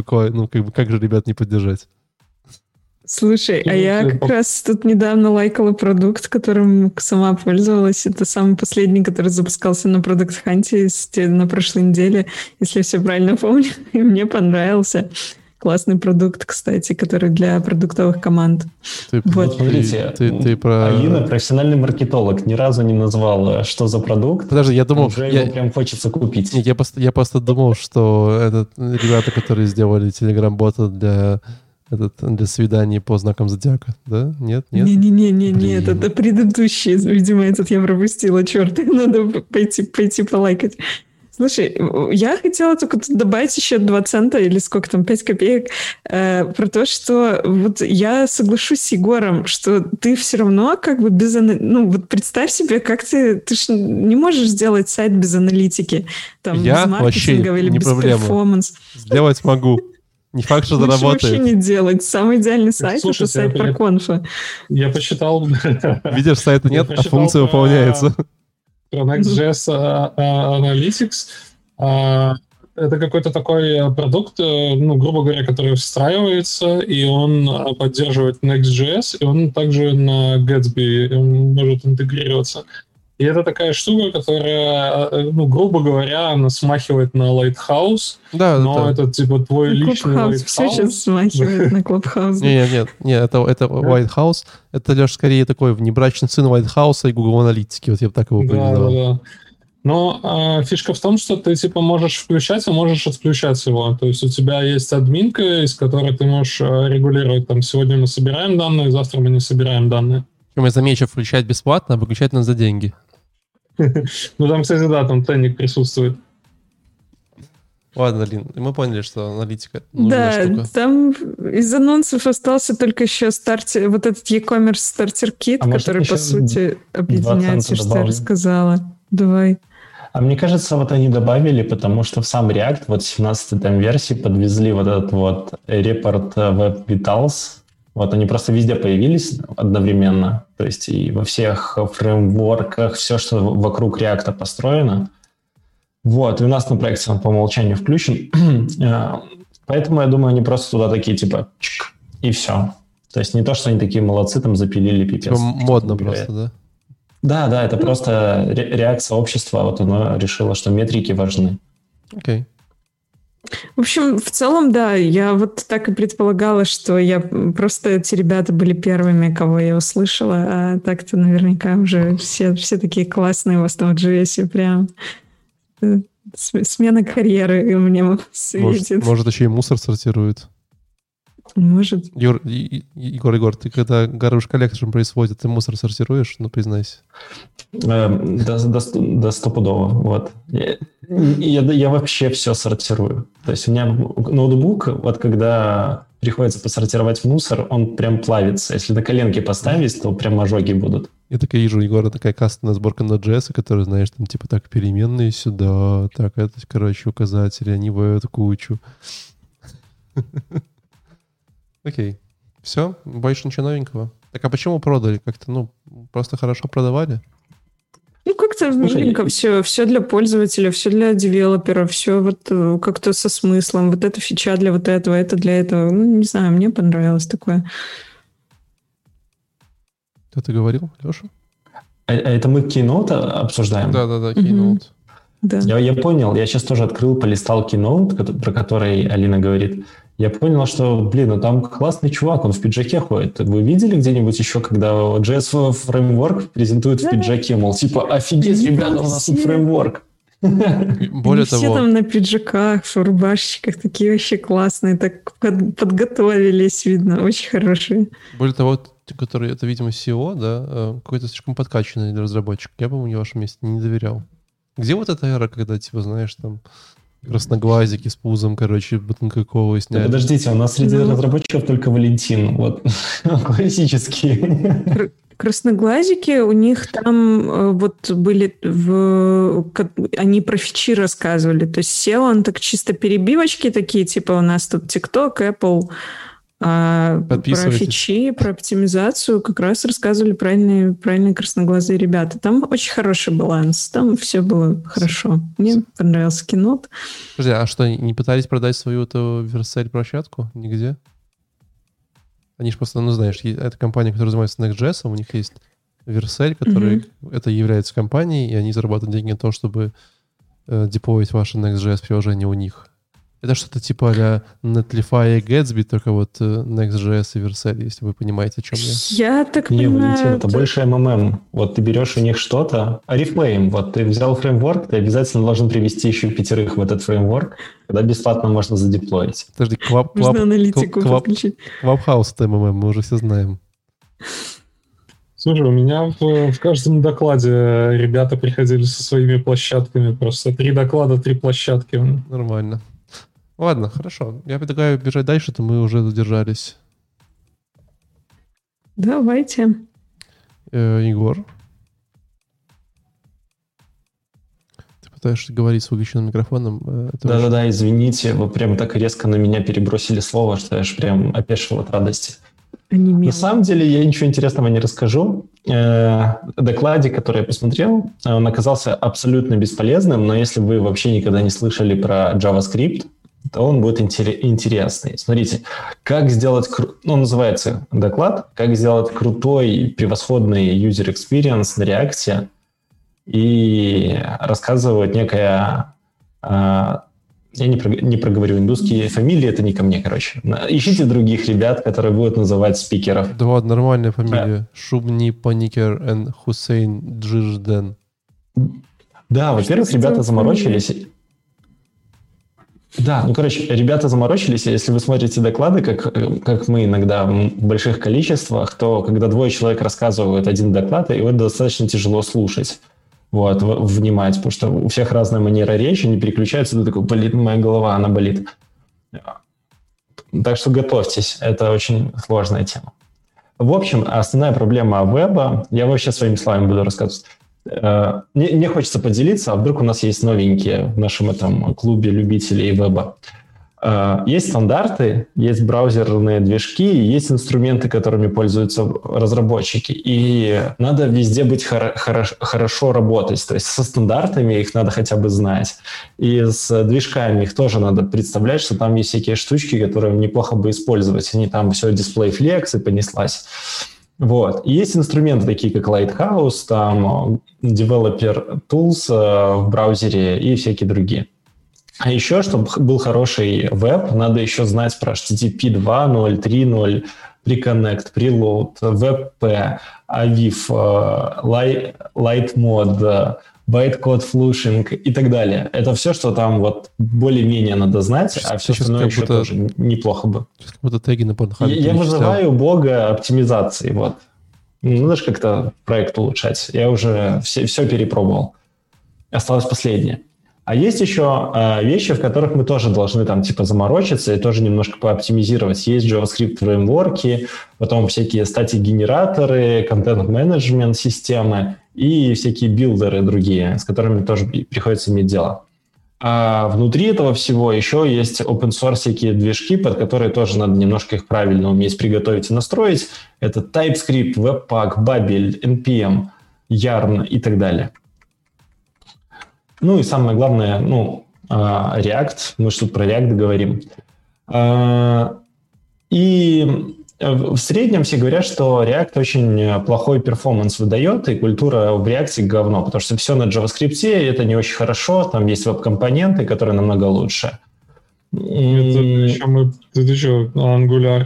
Speaker 1: как же ребят не поддержать?
Speaker 3: Слушай, а я как раз тут недавно лайкала продукт, которым сама пользовалась. Это самый последний, который запускался на продакт-ханте на прошлой неделе, если я все правильно помню, и мне понравился. Классный продукт, кстати, который для продуктовых команд.
Speaker 4: Смотрите, Алина, профессиональный маркетолог, ни разу не назвала, что за продукт.
Speaker 1: Подожди, я думал...
Speaker 4: Уже его прям хочется купить.
Speaker 1: Я просто думал, что ребята, которые сделали телеграм-бота для свиданий по знакам зодиака, да? Нет?
Speaker 3: Не-не-не, это предыдущий. Видимо, этот я пропустила, черт, надо пойти полайкать. Слушай, я хотела только тут добавить еще 2 цента или сколько там, 5 копеек, про то, что вот я соглашусь с Егором, что ты все равно как бы без... вот представь себе, как ты ж не можешь сделать сайт без аналитики, там, без маркетинга или без перформанс.
Speaker 1: Сделать могу. Не факт, что это работает.
Speaker 3: Лучше вообще не делать. Самый идеальный сайт — это сайт про конфа.
Speaker 2: Я посчитал...
Speaker 1: Видишь, сайта нет, а функция выполняется.
Speaker 2: Про Next.js Analytics. Это какой-то такой продукт, грубо говоря, который встраивается, и он поддерживает Next.js, и он также на Gatsby может интегрироваться. И это такая штука, которая, грубо говоря, она смахивает на Lighthouse,
Speaker 1: да,
Speaker 2: но это твой личный Lighthouse.
Speaker 3: Все сейчас смахивает на Clubhouse.
Speaker 1: Нет, это Lighthouse. Это, Леш, скорее такой внебрачный сын Lighthouse и Google Аналитики. Вот я бы так его порекомендовал.
Speaker 2: Да. Но фишка в том, что ты можешь включать, а можешь отключать его. То есть у тебя есть админка, из которой ты можешь регулировать, сегодня мы собираем данные, завтра мы не собираем данные.
Speaker 1: Я замечу, включать бесплатно, а выключать надо за деньги.
Speaker 2: Там, кстати, да, там ценник присутствует.
Speaker 1: Ладно, Лин, мы поняли, что аналитика нужная
Speaker 3: Да,
Speaker 1: штука.
Speaker 3: там из анонсов остался только еще вот этот e-commerce стартер кит,
Speaker 4: А может,
Speaker 3: который, по
Speaker 4: еще
Speaker 3: сути, объединяет все, что я
Speaker 4: добавлю?
Speaker 3: рассказала. Давай.
Speaker 4: А мне кажется, вот они добавили, потому что в сам React, вот 17-й там версии подвезли вот этот вот репорт Web Vitals. Вот они просто везде появились одновременно. То есть и во всех фреймворках, все, что вокруг React построено. Вот, и у нас на проекте он по умолчанию включен. Поэтому, я думаю, они просто туда такие, типа, чик, и все. То есть не то, что они такие молодцы, там запилили пипец.
Speaker 1: Типа модно просто, да?
Speaker 4: Да, это просто реакция общества. Вот оно решило, что метрики важны.
Speaker 1: Окей.
Speaker 3: В общем, в целом, да, я вот так и предполагала, что просто эти ребята были первыми, кого я услышала, а так-то наверняка уже все такие классные у вас там в JS, прям смена карьеры у меня светит.
Speaker 1: Может, еще и мусор сортирует.
Speaker 3: Может.
Speaker 1: Егор, ты когда garbage collection происходит, ты мусор сортируешь? Ну, признайся.
Speaker 4: Да, стопудово. Вот. Я вообще все сортирую. То есть у меня ноутбук, вот когда приходится посортировать мусор, он прям плавится. Если на коленке поставить, то прям ожоги будут.
Speaker 1: Я такая вижу, у Егора такая кастомная сборка Node.js, которая, знаешь, там типа так, переменные сюда, так, это, короче, указатели, они в эту кучу. Окей. Все? Больше ничего новенького? Так а почему продали? Как-то, просто хорошо продавали?
Speaker 3: Как-то миленько все для пользователя, все для девелопера, все вот как-то со смыслом. Вот эта фича для вот этого, это для этого. Не знаю, мне понравилось такое.
Speaker 1: Что ты говорил, Леша?
Speaker 4: Это мы Keynote обсуждаем?
Speaker 1: Да, Keynote.
Speaker 3: Да.
Speaker 4: Я понял, я сейчас тоже открыл, полистал Keynote, про который Алина говорит. Я понял, что, там классный чувак, он в пиджаке ходит. Вы видели где-нибудь еще, когда JS Framework презентует в пиджаке, мол, типа, офигеть, ребята, у нас тут фреймворк.
Speaker 1: Более того...
Speaker 3: Все там на пиджаках, в рубашечках, такие вообще классные, так подготовились, видно, очень хорошие.
Speaker 1: Более того, который, это, видимо, SEO, да, какой-то слишком подкачанный для разработчика. Я бы ему на вашем месте не доверял. Где вот эта эра, когда, типа, знаешь, там... Красноглазики с пузом, бутынкового сняли.
Speaker 4: Да подождите, у нас среди разработчиков только Валентин. Вот. Классические.
Speaker 3: Красноглазики, у них там вот были... Они про фичи рассказывали. То есть SEO, он так чисто перебивочки такие, типа у нас тут TikTok, Apple... А про фичи, про оптимизацию как раз рассказывали правильные красноглазые ребята. Там очень хороший баланс, там все было хорошо. Мне понравился Keynote.
Speaker 1: Подожди, а что, не пытались продать свою эту Vercel-площадку нигде? Они же просто, знаешь, это компания, которая занимается Next.js, у них есть Vercel, который это является компанией, и они зарабатывают деньги на то, чтобы деплоить ваше Next.js приложение у них. Это что-то типа а-ля Netlify и Gatsby, только вот Next.js и Vercel, если вы понимаете, о чем я.
Speaker 3: Я так понимаю...
Speaker 4: Валентин, это больше МММ. Вот ты берешь у них что-то, Oriflame, вот ты взял фреймворк, ты обязательно должен привести еще 5 в этот фреймворк, когда бесплатно можно задеплоить.
Speaker 1: Подожди,
Speaker 3: можно аналитику подключить.
Speaker 1: Clubhouse это МММ, мы уже все знаем.
Speaker 2: Слушай, у меня в каждом докладе ребята приходили со своими площадками, просто 3 доклада, 3 площадки.
Speaker 1: Нормально. Ладно, хорошо. Я предлагаю бежать дальше, то мы уже задержались.
Speaker 3: Давайте.
Speaker 1: Егор? Ты пытаешься говорить с выключенным микрофоном?
Speaker 4: Да, извините, вы прям так резко на меня перебросили слово, что я аж прям опешил от радости. На самом деле я ничего интересного не расскажу. Докладе, который я посмотрел, он оказался абсолютно бесполезным, но если вы вообще никогда не слышали про JavaScript, то он будет интересный. Смотрите, как сделать... Он называется доклад «Как сделать крутой, превосходный user experience на React» и рассказывает некая... Я не проговорю индусские фамилии, это не ко мне, короче. Ищите других ребят, которые будут называть спикеров.
Speaker 1: Да ладно, нормальная фамилия. Шубни Паникер и Хусейн Джижден.
Speaker 4: Да, во-первых, ребята заморочились... Да, ребята заморочились, если вы смотрите доклады, как мы иногда в больших количествах, то когда 2 человек рассказывают один доклад, его достаточно тяжело слушать. вот, внимать, потому что у всех разная манера речи, они переключаются, ты такой, болит моя голова, она болит. Так что готовьтесь, это очень сложная тема. В общем, основная проблема веба, я вообще своими словами буду рассказывать. Мне хочется поделиться, а вдруг у нас есть новенькие в нашем этом клубе любителей веба. Есть стандарты, есть браузерные движки, есть инструменты, которыми пользуются разработчики. И надо везде быть хорошо работать. То есть со стандартами их надо хотя бы знать. И с движками их тоже надо представлять, что там есть всякие штучки, которые неплохо бы использовать. Они там все DisplayFlex и понеслась. Вот. И есть инструменты такие, как Lighthouse, там Developer Tools в браузере и всякие другие. А еще, чтобы был хороший веб, надо еще знать про HTTP 2.0, 3.0, Preconnect, Preload, WebP, AVIF, LightMode, Bytecode Flushing и так далее. Это все, что там вот более-менее надо знать, а все остальное еще тоже неплохо бы.
Speaker 1: Сейчас как будто теги на Pornhub
Speaker 4: Я вызываю бога оптимизации. Вот. Надо же как-то проект улучшать. Я уже все перепробовал. Осталось последнее. А есть еще вещи, в которых мы тоже должны там типа заморочиться и тоже немножко пооптимизировать. Есть JavaScript фреймворки, потом всякие статик-генераторы, контент-менеджмент системы и всякие билдеры другие, с которыми тоже приходится иметь дело. А внутри этого всего еще есть open-source всякие движки, под которые тоже надо немножко их правильно уметь приготовить и настроить. Это TypeScript, Webpack, Babel, NPM, Yarn и так далее. Ну и самое главное, React. Мы же тут про React говорим. И в среднем все говорят, что React очень плохой перформанс выдает, и культура в React говно, потому что все на JavaScript, это не очень хорошо, там есть веб-компоненты, которые намного лучше.
Speaker 2: Ты что, Angular?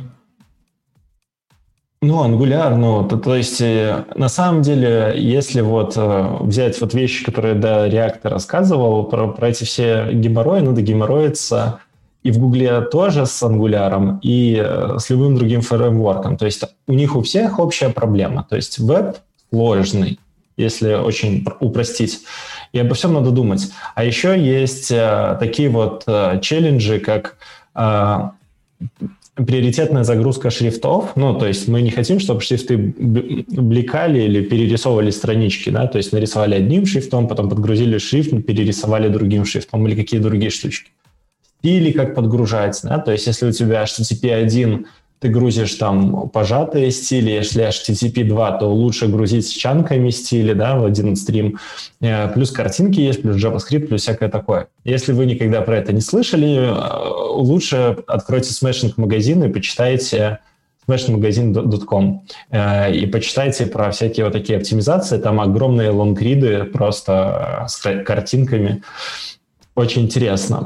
Speaker 4: Angular, то есть на самом деле, если вот взять вот вещи, которые до React рассказывал, про эти все геморрои, надо геморроиться и в Гугле тоже с Angular, и с любым другим фреймворком. То есть у них у всех общая проблема. То есть веб сложный, если очень упростить. И обо всем надо думать. А еще есть такие вот челленджи, как приоритетная загрузка шрифтов. То есть мы не хотим, чтобы шрифты блекали или перерисовывали странички, да, то есть нарисовали одним шрифтом, потом подгрузили шрифт, перерисовали другим шрифтом или какие другие штучки. Или как подгружать, да, то есть если у тебя HTTP 1, ты грузишь там пожатые стили, если HTTP 2, то лучше грузить с чанками стили, да, в один стрим. Плюс картинки есть, плюс JavaScript, плюс всякое такое. Если вы никогда про это не слышали, лучше откройте Smashing-магазин и почитайте smashingmagazine.com и почитайте про всякие вот такие оптимизации. Там огромные лонгриды просто с картинками. Очень интересно.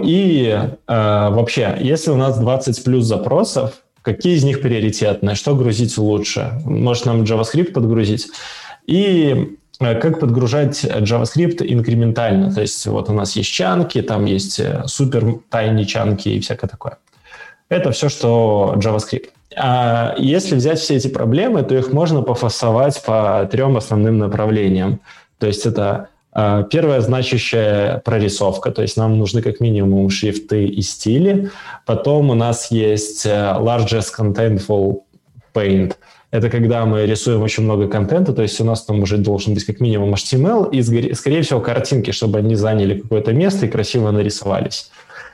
Speaker 4: Вообще, если у нас 20 плюс запросов, какие из них приоритетные? Что грузить лучше? Может, нам JavaScript подгрузить? И как подгружать JavaScript инкрементально? То есть вот у нас есть чанки, там есть супер тайни чанки и всякое такое. Это все, что JavaScript. А если взять все эти проблемы, то их можно пофасовать по 3 основным направлениям. То есть это первая значащая прорисовка, то есть нам нужны как минимум шрифты и стили. Потом у нас есть largest contentful paint. Это когда мы рисуем очень много контента, то есть у нас там уже должен быть как минимум HTML и, скорее всего, картинки, чтобы они заняли какое-то место и красиво нарисовались.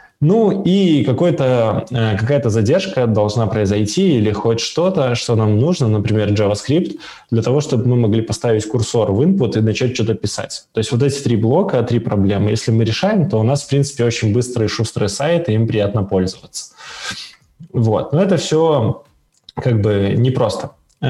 Speaker 4: И какая-то задержка должна произойти или хоть что-то, что нам нужно, например, JavaScript, для того, чтобы мы могли поставить курсор в input и начать что-то писать. То есть вот эти 3 блока, 3 проблемы, если мы решаем, то у нас, в принципе, очень быстрый, шустрый сайт, и им приятно пользоваться. Вот. Но это все как бы непросто.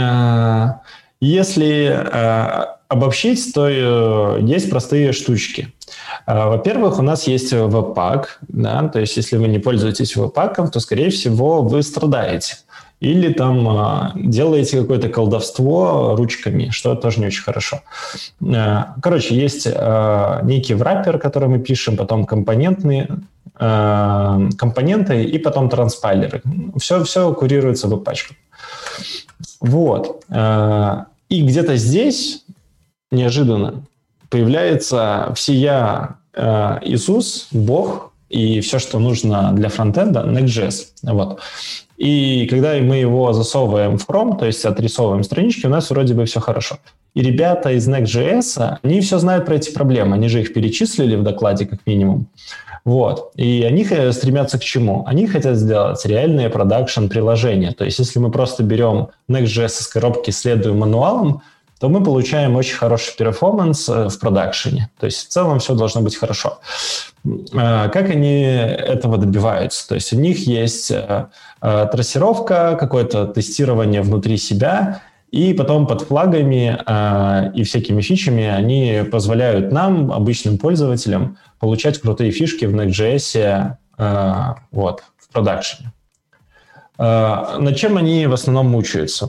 Speaker 4: Если обобщить, то есть простые штучки. Во-первых, у нас есть Webpack, да, то есть если вы не пользуетесь Webpack, то, скорее всего, вы страдаете. Или там делаете какое-то колдовство ручками, что тоже не очень хорошо. Короче, есть некий wrapper, который мы пишем, потом компоненты и потом транспайлеры. Все курируется веб-пачкой. Вот. И где-то здесь неожиданно появляется всея Иисус, Бог и все, что нужно для фронтенда, Next.js. Вот. И когда мы его засовываем в Chrome, то есть отрисовываем странички, у нас вроде бы все хорошо. И ребята из Next.js, они все знают про эти проблемы, они же их перечислили в докладе как минимум. Вот. И они стремятся к чему? Они хотят сделать реальные продакшн-приложения. То есть если мы просто берем Next.js из коробки, следуем мануалам, то мы получаем очень хороший перформанс в продакшене. То есть в целом все должно быть хорошо. Как они этого добиваются? То есть у них есть трассировка, какое-то тестирование внутри себя, и потом под флагами и всякими фичами они позволяют нам, обычным пользователям, получать крутые фишки в Next.js в продакшене. Над чем они в основном мучаются?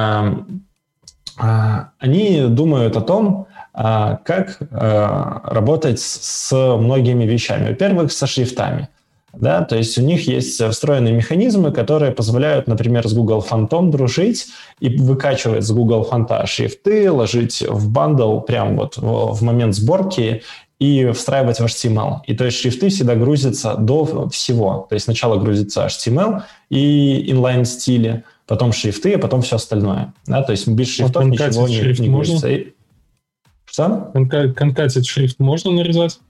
Speaker 4: Они думают о том, как работать с многими вещами. Во-первых, со шрифтами. Да? То есть у них есть встроенные механизмы, которые позволяют, например, с Google Фонтом дружить и выкачивать с Google Фонта шрифты, ложить в бандл прямо вот в момент сборки и встраивать в HTML. И то есть шрифты всегда грузятся до всего. То есть сначала грузится HTML и inline-стили, потом шрифты, а потом все остальное. Да? То есть без шрифтов ничего не грузится. Что?
Speaker 2: Конкатить шрифт можно нарезать?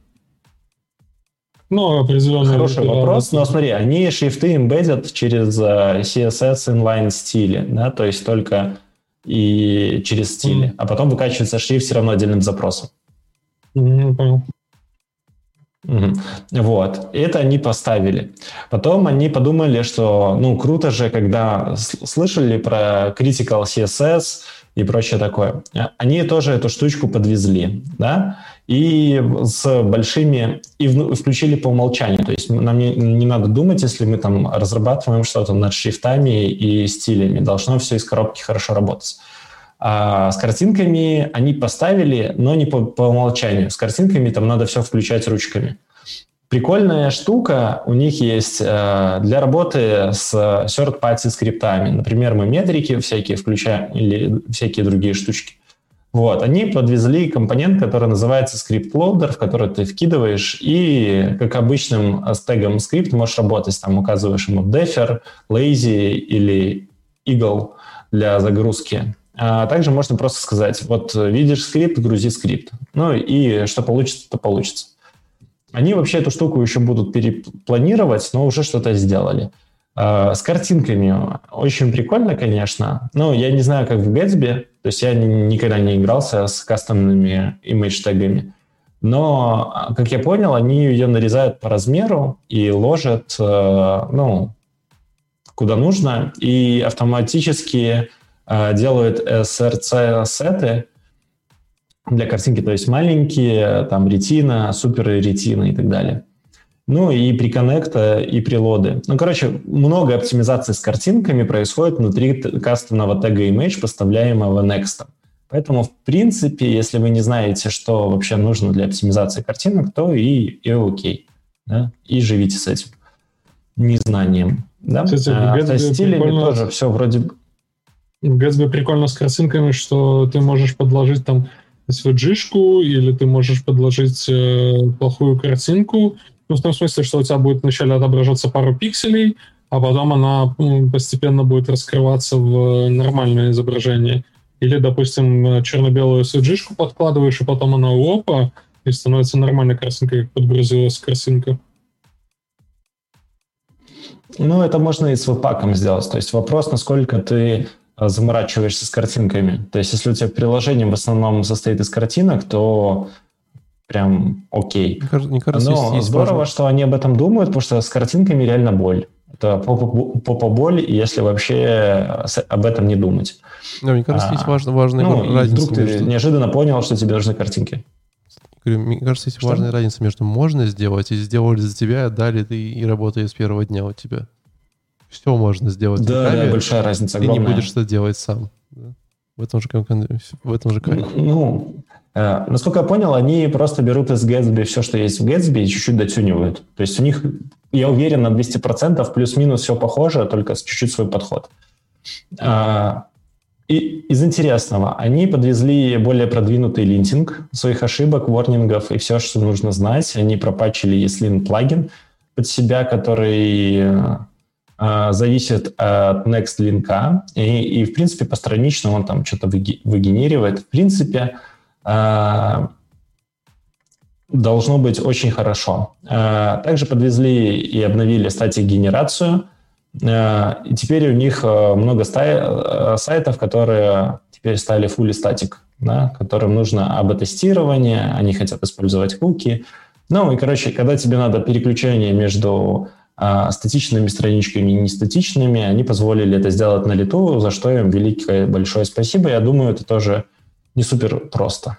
Speaker 2: Ну, определенно.
Speaker 4: Хороший вопрос. Но смотри, они шрифты эмбедят через CSS inline стили, да? То есть только и через стили. А потом выкачивается шрифт все равно отдельным запросом.
Speaker 2: Понял.
Speaker 4: Вот. Это они поставили. Потом они подумали, что круто же, когда слышали про Critical CSS и прочее такое. Они тоже эту штучку подвезли, да, и с большими... И включили по умолчанию. То есть нам не надо думать, если мы там разрабатываем что-то над шрифтами и стилями. Должно все из коробки хорошо работать. А с картинками они поставили, но не по умолчанию. С картинками там надо все включать ручками. Прикольная штука у них есть для работы с third-party скриптами. Например, мы метрики всякие включаем или всякие другие штучки. Вот. Они подвезли компонент, который называется скрипт-лоудер, в который ты вкидываешь, и как обычным с тегом скрипт можешь работать. Там указываешь ему defer, lazy или eagle для загрузки. А также можно просто сказать, вот видишь скрипт, грузи скрипт. Ну и что получится, то получится. Они вообще эту штуку еще будут перепланировать, но уже что-то сделали. С картинками очень прикольно, конечно. Но я не знаю, как в Gatsby. То есть я никогда не игрался с кастомными имидж-тегами. Но, как я понял, они ее нарезают по размеру и ложат, куда нужно. И автоматически делают SRC-сеты для картинки, то есть маленькие, там, ретина, супер ретина и так далее. Ну и приконнекта, и прилоды. Много оптимизации с картинками происходит внутри кастомного тега image, поставляемого Next. Поэтому, в принципе, если вы не знаете, что вообще нужно для оптимизации картинок, то и окей. Да? И живите с этим незнанием. Да? Со стилями тоже все вроде бы.
Speaker 2: В Gatsby прикольно с картинками, что ты можешь подложить там SVG-шку или ты можешь подложить плохую картинку. В том смысле, что у тебя будет вначале отображаться пару пикселей, а потом она постепенно будет раскрываться в нормальное изображение. Или, допустим, черно-белую SVG-шку подкладываешь, и потом она опа, и становится нормальной картинкой, как подгрузилась картинка.
Speaker 4: Это можно и с веб-паком сделать. То есть вопрос, насколько ты заморачиваешься с картинками. То есть если у тебя приложение в основном состоит из картинок, то прям окей.
Speaker 1: Мне кажется,
Speaker 4: но здорово, что они об этом думают, потому что с картинками реально боль. Это попа-боль, если вообще об этом не думать.
Speaker 1: Мне кажется, есть важная разница.
Speaker 4: Вдруг ты неожиданно понял, что тебе нужны картинки.
Speaker 1: Мне кажется, есть важная разница между можно сделать и сделали за тебя, дали ты и работает с первого дня у тебя. Все можно сделать.
Speaker 4: Да, большая разница,
Speaker 1: огромная. Ты не будешь это делать сам. Да? В этом же кайф.
Speaker 4: Насколько я понял, они просто берут из Gatsby все, что есть в Gatsby, и чуть-чуть дотюнивают. То есть у них, я уверен, на 200% плюс-минус все похоже, только чуть-чуть свой подход. из интересного, они подвезли более продвинутый линтинг своих ошибок, ворнингов и все, что нужно знать. Они пропатчили ESLint плагин под себя, который зависит от next линка. И, в принципе, постранично он там что-то выгенерирует. В принципе, должно быть очень хорошо. Также подвезли и обновили статик-генерацию. И теперь у них много сайтов, которые теперь стали fully static, да, которым нужно АБ-тестирование, они хотят использовать куки. Ну и, короче, когда тебе надо переключение между статичными страничками и нестатичными, они позволили это сделать на лету, за что им великое большое спасибо. Я думаю, это тоже не супер просто.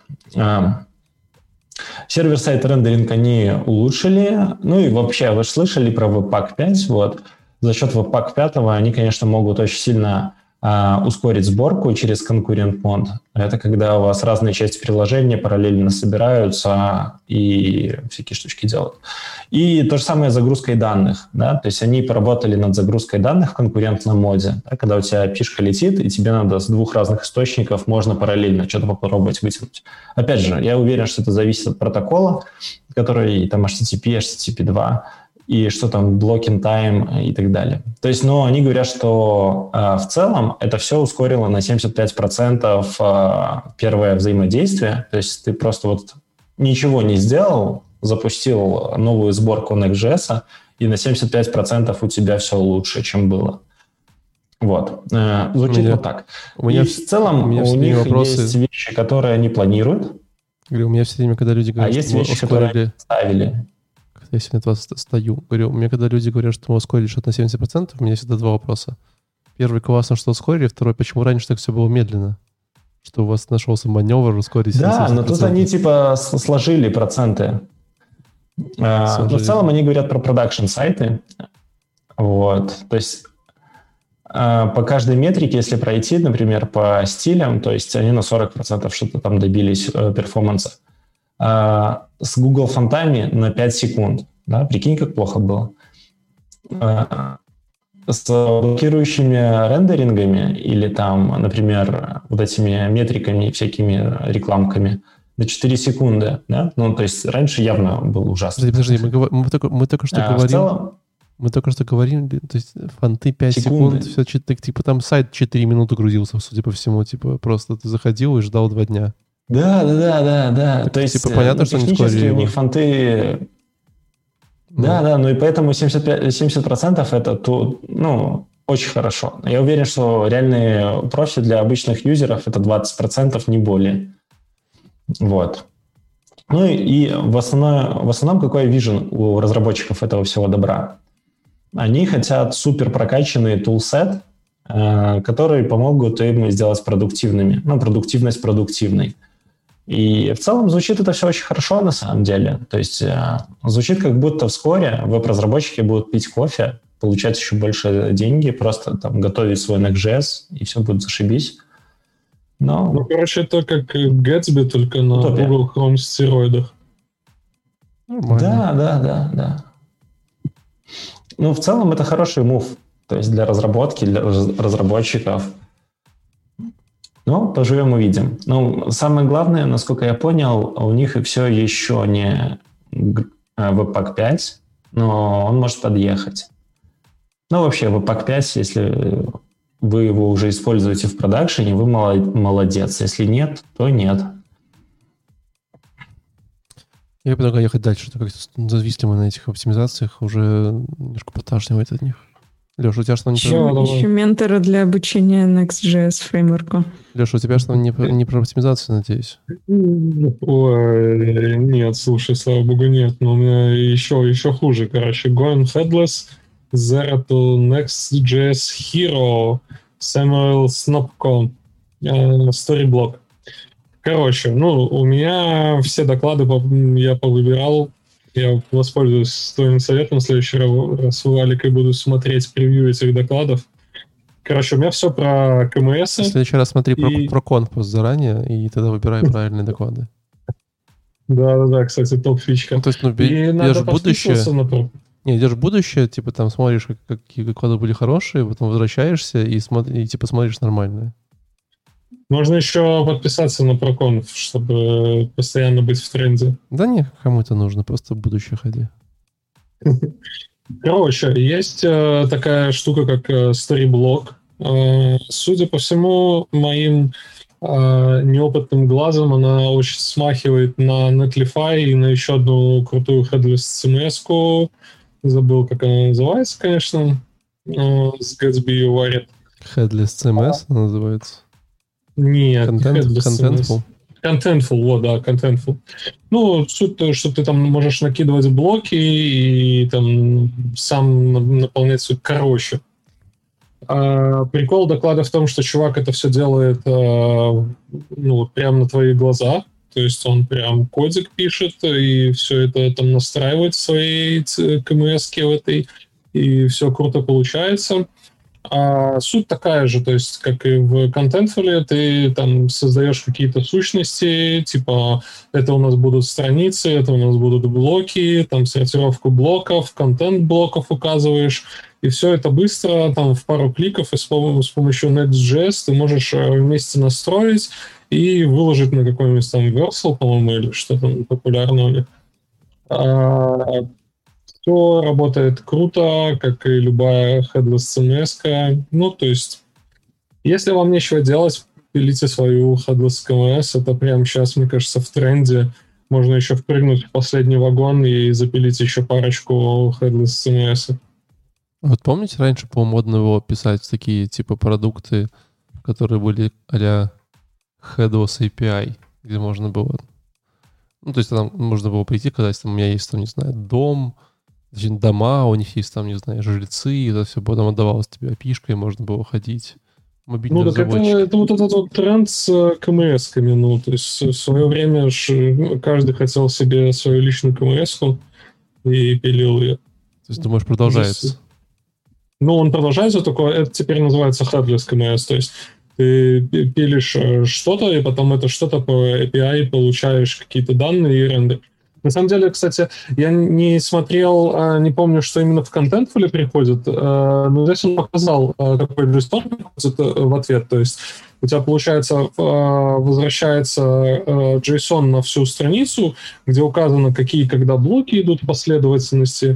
Speaker 4: Сервер-сайт рендеринг они улучшили. Ну и вообще, вы же слышали про Webpack 5, вот. За счет Webpack 5 они, конечно, могут очень сильно ускорить сборку через конкурент мод. Это когда у вас разные части приложения параллельно собираются и всякие штучки делают. И то же самое с загрузкой данных. Да? То есть они поработали над загрузкой данных в конкурентном моде. Да? Когда у тебя пишка летит, и тебе надо с двух разных источников можно параллельно что-то попробовать вытянуть. Опять же, я уверен, что это зависит от протокола, который там HTTP, HTTP 2, и что там blocking time и так далее. То есть, но они говорят, что в целом это все ускорило на 75% первое взаимодействие. То есть ты просто вот ничего не сделал, запустил новую сборку Next.js, и на 75% у тебя все лучше, чем было. Вот. Звучит вот так. И в целом у них есть вещи, которые они планируют.
Speaker 1: Говорю, у меня все время, когда люди говорят,
Speaker 4: есть вещи, которые они ставили.
Speaker 1: Я сегодня от вас стою. Говорю, у меня когда люди говорят, что мы ускорили что-то на 70%, у меня всегда два вопроса. Первый, классно, что ускорили. Второй, почему раньше так все было медленно? Что у вас нашелся маневр ускорить 70%?
Speaker 4: Да, но тут они типа сложили проценты. Но в целом они говорят про продакшн-сайты. Вот. То есть по каждой метрике, если пройти, например, по стилям, то есть они на 40% что-то там добились перформанса. С Google фонтами на 5 секунд. Да? Прикинь, как плохо было. С блокирующими рендерингами или там, например, вот этими метриками, всякими рекламками на 4 секунды. Да? Ну, то есть раньше явно был ужасно.
Speaker 1: Подожди, мы только что говорим...
Speaker 4: целом,
Speaker 1: мы только что говорим, то есть фонты 5 секунд, все, типа там сайт 4 минуты грузился, судя по всему, типа просто ты заходил и ждал 2 дня.
Speaker 4: Да.
Speaker 1: Так,
Speaker 4: то есть
Speaker 1: типа, понятно, что
Speaker 4: технически у них фонты... Да, ну и поэтому 70% это очень хорошо. Я уверен, что реальный профит для обычных юзеров это 20%, не более. Вот. Ну и в основном какой вижен у разработчиков этого всего добра? Они хотят супер прокачанный тулсет, которые помогут им сделать продуктивными. Ну, продуктивность продуктивной. И в целом звучит это все очень хорошо на самом деле. То есть звучит как будто вскоре веб-разработчики будут пить кофе, получать еще больше деньги, просто там готовить свой Next.js, и все будет зашибись. Но...
Speaker 2: Ну, короче, это как Gatsby, только на Google Chrome стероидах.
Speaker 4: Да. Ну, в целом это хороший мув. То есть для разработки, для разработчиков. Ну, поживем, увидим. Ну, самое главное, насколько я понял, у них все еще не Webpack 5, но он может подъехать. Ну, вообще, Webpack 5, если вы его уже используете в продакшене, вы молодец. Если нет, то нет.
Speaker 1: Я предлагаю ехать дальше, так как зависли мы на этих оптимизациях, уже немножко поташнивает от них. Леша, у тебя что-то
Speaker 3: Еще менторы для обучения Next.js фреймворку.
Speaker 1: Леша, у тебя что-то не про оптимизацию, надеюсь?
Speaker 2: Ой, нет, слушай, слава богу, нет. Но у меня еще хуже, короче. Going headless, Zero to Next.js Hero, Samuel Snopko, Storyblok. Короче, у меня все доклады я повыбирал. Я воспользуюсь твоим советом в следующий раз у Алика и буду смотреть превью этих докладов. Короче, у меня все про КМС.
Speaker 1: В следующий раз смотри про конфус заранее, и тогда выбирай правильные доклады.
Speaker 2: Да, кстати, топ-фичка.
Speaker 1: Ну, то есть, идешь в будущее. Не, идешь в будущее, типа там смотришь, какие доклады были хорошие, потом возвращаешься и типа смотришь нормальные.
Speaker 2: Можно еще подписаться на ProConf, чтобы постоянно быть в тренде.
Speaker 1: Да не, кому это нужно, просто в будущее ходи.
Speaker 2: Короче, есть такая штука, как Storyblok. Судя по всему, моим неопытным глазом она очень смахивает на Netlify и на еще одну крутую headless CMS-ку. Забыл, как она называется, конечно. С Gatsby варит.
Speaker 1: Headless CMS она называется?
Speaker 2: Нет,
Speaker 1: Contentful?
Speaker 2: Contentful, вот, да, Contentful. Ну, суть то, что ты там можешь накидывать блоки и там сам наполнять суть. Короче. Прикол доклада в том, что чувак это все делает прямо на твоих глазах. То есть он прям кодик пишет и все это там настраивает в своей КМС-ке в этой, и все круто получается. Суть такая же, то есть, как и в Contentful, ты там создаешь какие-то сущности, типа, это у нас будут страницы, это у нас будут блоки, там сортировку блоков, контент блоков указываешь, и все это быстро, там, в пару кликов, и с помощью Next.js ты можешь вместе настроить и выложить на какой-нибудь там Versal, по-моему, или что там популярно у них. Все работает круто, как и любая headless CMS. Ну, то есть, если вам нечего делать, пилите свою headless CMS. Это прямо сейчас, мне кажется, в тренде. Можно еще впрыгнуть в последний вагон и запилить еще парочку headless CMS.
Speaker 1: Вот помните, раньше было модно его писать такие типа продукты, которые были а-ля headless API, где можно было... Ну, то есть там можно было прийти, когда у меня есть, там, не знаю, дом, значит, дома, у них есть там, не знаю, жильцы, и это все потом отдавалось тебе API-шкой, можно было ходить. Мобильный разработчик.
Speaker 2: Это вот этот вот тренд с КМС-ками, ну, то есть в свое время каждый хотел себе свою личную КМС-ку и пилил ее.
Speaker 1: То есть, думаешь, продолжается?
Speaker 2: Ну, он продолжается, только это теперь называется headless КМС, то есть ты пилишь что-то, и потом это что-то по API получаешь какие-то данные и рендеришь. На самом деле, кстати, я не смотрел, не помню, что именно в Contentful приходит, но здесь он показал, какой JSON приходит в ответ. То есть у тебя, получается, возвращается JSON на всю страницу, где указано, какие когда блоки идут в последовательности,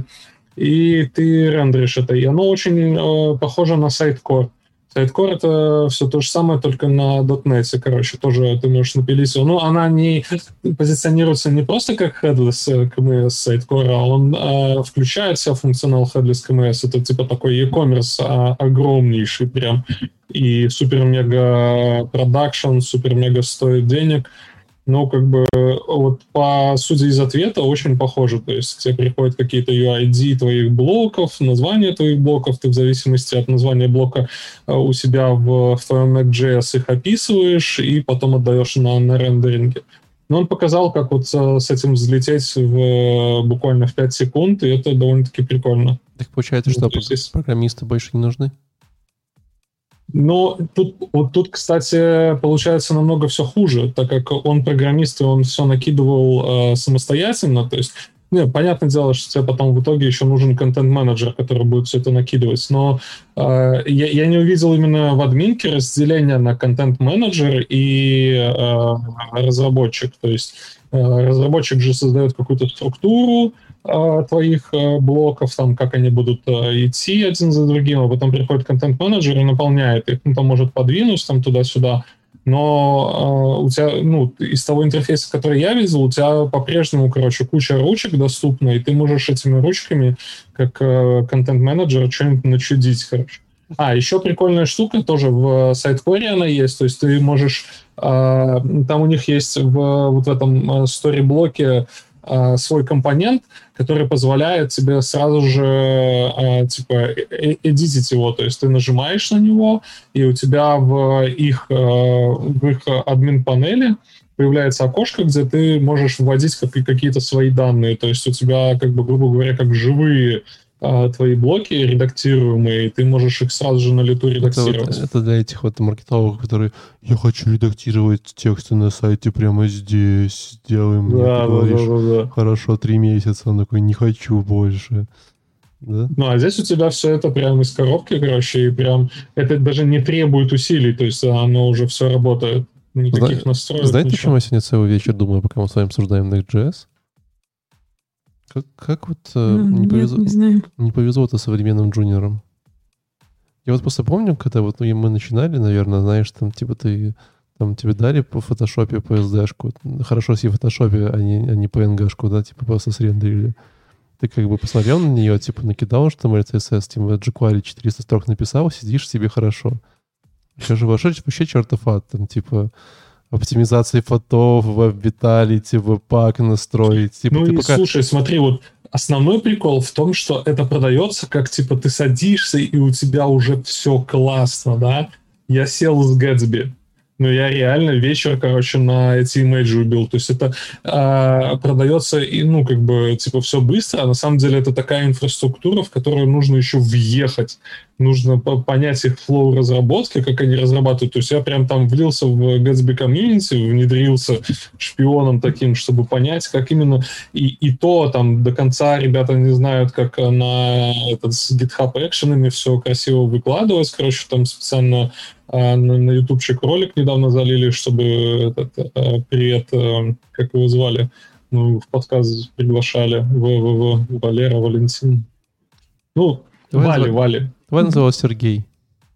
Speaker 2: и ты рендеришь это. И оно очень похоже на Sitecore. Sitecore — это все то же самое, только на .NET, короче, тоже ты можешь напилить. Ну, она не позиционируется не просто как headless CMS Sitecore, а он включает в себя функционал headless CMS. Это типа такой e-commerce огромнейший прям, и супер-мега продакшн, супер-мега стоит денег. Но как бы вот по сути из ответа очень похоже. То есть к тебе приходят какие-то UID твоих блоков, названия твоих блоков, ты в зависимости от названия блока у себя в твоем Next.js их описываешь и потом отдаешь на рендеринге. Но он показал, как вот с этим взлететь буквально в 5 секунд, и это довольно-таки прикольно.
Speaker 1: Так получается, что программисты больше не нужны?
Speaker 2: Но тут, кстати, получается намного все хуже, так как он программист, и он все накидывал самостоятельно. То есть, понятное дело, что тебе потом в итоге еще нужен контент-менеджер, который будет все это накидывать. Но я не увидел именно в админке разделения на контент-менеджер и разработчик. То есть разработчик же создает какую-то структуру твоих блоков, там, как они будут идти один за другим, а потом приходит контент-менеджер и наполняет их, там может подвинуть там туда-сюда, но у тебя, из того интерфейса, который я видел, у тебя по-прежнему, куча ручек доступна, и ты можешь этими ручками, как контент-менеджер, что-нибудь начудить, еще прикольная штука, тоже в Sitecore она есть, то есть ты можешь, там у них есть вот в этом story-блоке свой компонент, который позволяет тебе сразу же эдитить его, то есть ты нажимаешь на него, и у тебя в их админ-панели появляется окошко, где ты можешь вводить какие-то свои данные, то есть у тебя, грубо говоря, как живые твои блоки редактируемые, и ты можешь их сразу же на лету редактировать.
Speaker 1: Это для этих вот маркетологов, которые «я хочу редактировать тексты на сайте прямо здесь, сделай мне».
Speaker 2: Да.
Speaker 1: Хорошо, 3 месяца. Он такой «не хочу больше». Да?
Speaker 2: Ну, а здесь у тебя все это прямо из коробки, короче, и прям это даже не требует усилий, то есть оно уже все работает. Никаких настроек,
Speaker 1: Знаете,
Speaker 2: ничего.
Speaker 1: почему я сегодня целый вечер думаю, пока мы с вами обсуждаем Next.js? Как вот не
Speaker 3: знаю.
Speaker 1: повезло-то современным джуниорам? Я вот просто помню, когда вот мы начинали, наверное, знаешь, там типа тебе дали по фотошопе, по SD-шку. Хорошо, если в фотошопе, а не по NG-шку, да, типа просто срендерили. Ты как бы посмотрел на нее, типа накидал HTML, CSS, типа jQuery 400 строк написал, сидишь себе хорошо. Сейчас же вообще чертов ад, там типа оптимизации фотов, веб-виталити, веб-пак настроить. Типа,
Speaker 2: ну и
Speaker 1: пока...
Speaker 2: слушай, смотри, вот основной прикол в том, что это продается как, типа, ты садишься, и у тебя уже все классно, да? Я сел с Gatsby, но я реально вечер, короче, на эти имейджи убил. То есть это продается, и, ну, как бы, типа, все быстро, а на самом деле это такая инфраструктура, в которую нужно еще въехать. Нужно понять их флоу разработки, как они разрабатывают. То есть я прям там влился в Gatsby Community, внедрился шпионом таким, чтобы понять, как именно... И то там до конца ребята не знают, как на этот с GitHub экшенами все красиво выкладывать. Короче, там специально на ютубчик ролик недавно залили, чтобы этот привет, как его звали, ну, в подкаст приглашали, Валера, Валентин. Ну, Вали.
Speaker 1: Давай назывался Сергей.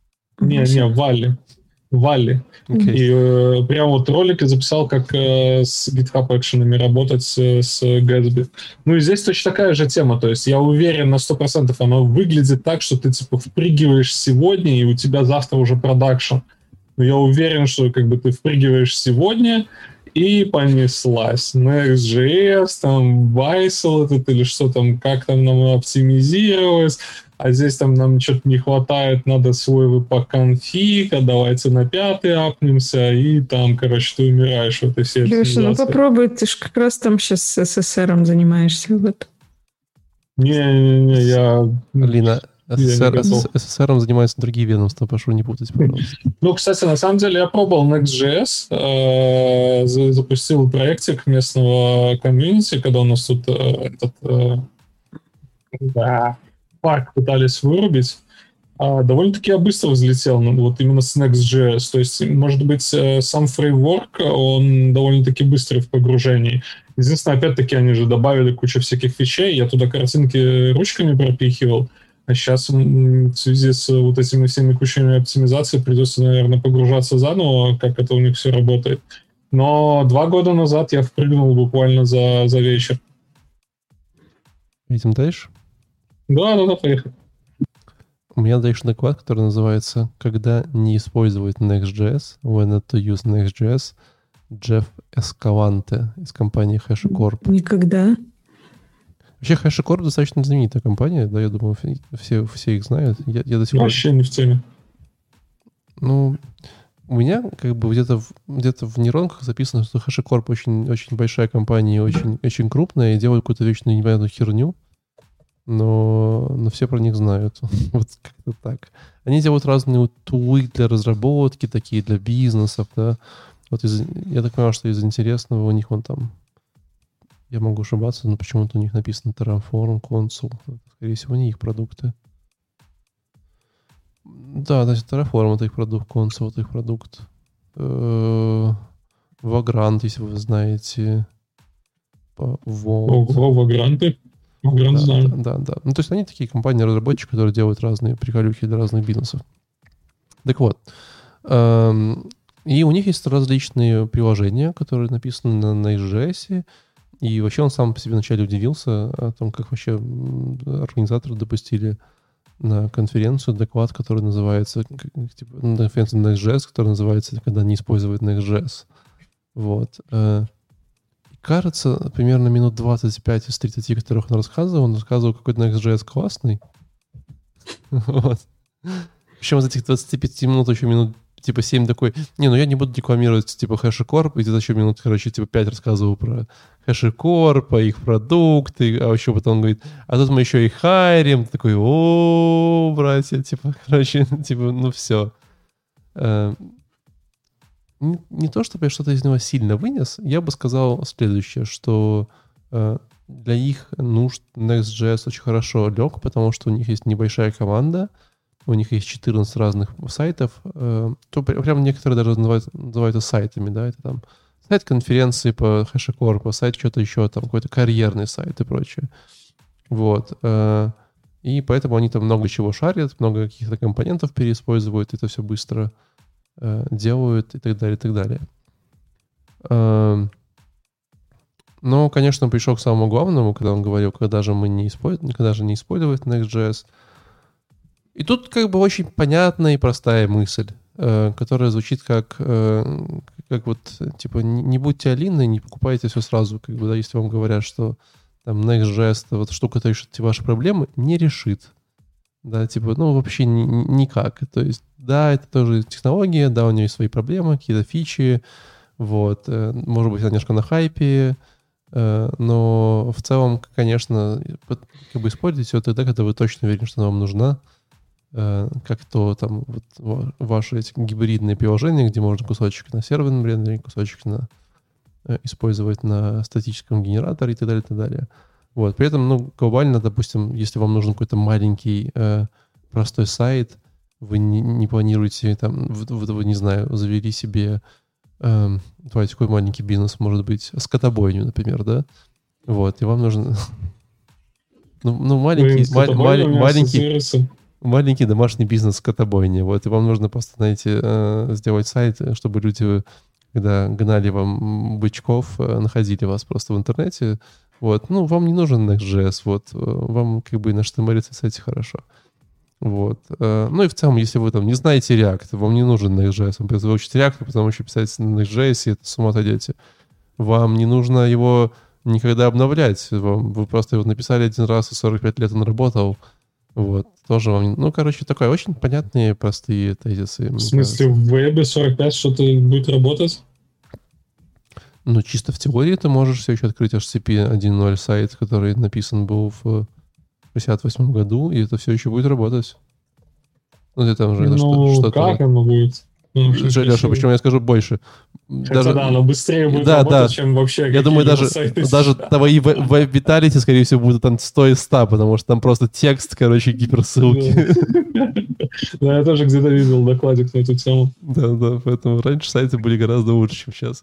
Speaker 2: Не, Вали.
Speaker 1: Okay.
Speaker 2: И прям вот ролик записал, как с GitHub экшенами работать с Gatsby. Ну и здесь точно такая же тема. То есть я уверен на 100%, оно выглядит так, что ты типа впрыгиваешь сегодня, и у тебя завтра уже продакшн. Но я уверен, что как бы ты впрыгиваешь сегодня, и понеслась. Next.js, там, Bicel этот или что там, как там нам оптимизировать, а здесь там нам что-то не хватает, надо свой веб-конфиг, а давайте на 5-й апнемся, и там, короче, ты умираешь в этой всей
Speaker 3: оптимизации. Леша, ну попробуй, ты же как раз там сейчас с SSR занимаешься. Вот.
Speaker 2: Не, я...
Speaker 1: Лина, SSR занимаются другие ведомства, прошу не путать, пожалуйста.
Speaker 2: Ну, кстати, на самом деле я пробовал Next.js, запустил проектик местного комьюнити, когда у нас тут парк пытались вырубить. Довольно-таки я быстро взлетел, вот именно с Next.js. То есть, может быть, сам фреймворк, он довольно-таки быстрый в погружении. Единственное, опять-таки, они же добавили кучу всяких фичей. Я туда картинки ручками пропихивал. А сейчас в связи с вот этими всеми кучами оптимизации придется, наверное, погружаться заново, как это у них все работает. Но 2 года назад я впрыгнул буквально за вечер.
Speaker 1: Идем дальше?
Speaker 2: Да, поехали.
Speaker 1: У меня дальше доклад, который называется «Когда не использовать Next.js, when not to use Next.js», Джефф Эскаланте из компании HashiCorp.
Speaker 3: Никогда.
Speaker 1: Вообще HashiCorp достаточно знаменитая компания, да, я думаю, все их знают. Я до сих пор...
Speaker 2: Вообще не в теме.
Speaker 1: Ну, у меня как бы где-то в нейронках записано, что HashiCorp очень, очень большая компания, очень, очень крупная, и делают какую-то вечную непонятную херню, но все про них знают. Вот как-то так. Они делают разные тулы для разработки, такие для бизнесов, да. Вот я так понимаю, что из интересного у них вон там, я могу ошибаться, но почему-то у них написано Terraform, Consul. Скорее всего, не их продукты. Да, значит, Terraform — это их продукт, Consul — это их продукт. Vagrant, если вы знаете.
Speaker 2: Vagrant знаю.
Speaker 1: Да. Ну, то есть они такие компании-разработчики, которые делают разные приколюхи для разных бизнесов. Так вот. И у них есть различные приложения, которые написаны на Next.js. И вообще он сам по себе вначале удивился о том, как вообще организаторы допустили на конференцию доклад, который называется, типа, на конференцию Next.js, который называется «Когда не использовать Next.js». Вот. Кажется, примерно минут 25 из 30, которых он рассказывал, какой Next.js классный. Вот. Причем из этих 25 минут еще минут типа 7 такой, я не буду рекламировать типа HashiCorp, и где-то еще минут, типа 5 рассказывал про HashiCorp, их продукты, а еще потом он говорит, а тут мы еще и хайрим, такой, братья, типа, все. Не то, чтобы я что-то из него сильно вынес, я бы сказал следующее, что для их нужд Next.js очень хорошо лег, потому что у них есть небольшая команда, у них есть 14 разных сайтов, то прям некоторые даже называются сайтами, да, это там сайт конференции по HashiCorp, сайт что-то еще, там какой-то карьерный сайт и прочее. Вот. И поэтому они там много чего шарят, много каких-то компонентов переиспользуют, это все быстро делают и так далее, и так далее. Но, конечно, он пришел к самому главному, когда он говорил, когда же не использовать Next.js. И тут как бы очень понятная и простая мысль, которая звучит как вот, типа, не будьте Алиной, не покупайте все сразу, как бы, да, если вам говорят, что там Next.js, вот штука, которая решит ваши проблемы, не решит. Да, типа, ну, вообще никак. То есть, да, это тоже технология, да, у нее есть свои проблемы, какие-то фичи, вот, может быть, она немножко на хайпе, но в целом, конечно, как бы используйте все тогда, когда вы точно уверены, что она вам нужна, как то там вот ваши эти гибридные приложения, где можно кусочек на серверном рендере, кусочек использовать на статическом генераторе и так далее, и так далее. Вот. При этом, ну, глобально, допустим, если вам нужен какой-то маленький простой сайт, вы не планируете там, вы не знаю, завели себе давайте, какой маленький бизнес может быть, скотобойню, например, да? Вот, и вам нужен маленький домашний бизнес скотобойни. Вот, и вам нужно просто, знаете, сделать сайт, чтобы люди, когда гнали вам бычков, находили вас просто в интернете. Вот, ну, вам не нужен Next.js, вот, вам как бы на HTML сайте хорошо. Вот. Ну и в целом, если вы там не знаете React, вам не нужен Next.js, вам придется выучить React, а потом еще писать на Next.js, и это с ума сойдете. Вам не нужно его никогда обновлять. Вы просто его написали один раз, и 45 лет он работал. Вот. Тоже вам... Ну, короче, такое очень понятные, простые тезисы.
Speaker 2: В смысле, в вебе 45 что-то будет работать?
Speaker 1: Ну, чисто в теории ты можешь все еще открыть HTTP 1.0 сайт, который написан был в 1968 году, и это все еще будет работать. Ну, ты там же
Speaker 2: что-то... как оно будет?
Speaker 1: Леша, почему я скажу больше?
Speaker 2: Хотя да, оно быстрее будет работать, чем вообще.
Speaker 1: Я думаю, даже твои веб-виталити, скорее всего, будут там 100 из 100, потому что там просто текст, короче, гиперссылки.
Speaker 2: Да, я тоже где-то видел докладик на эту тему.
Speaker 1: Да, поэтому раньше сайты были гораздо лучше, чем сейчас.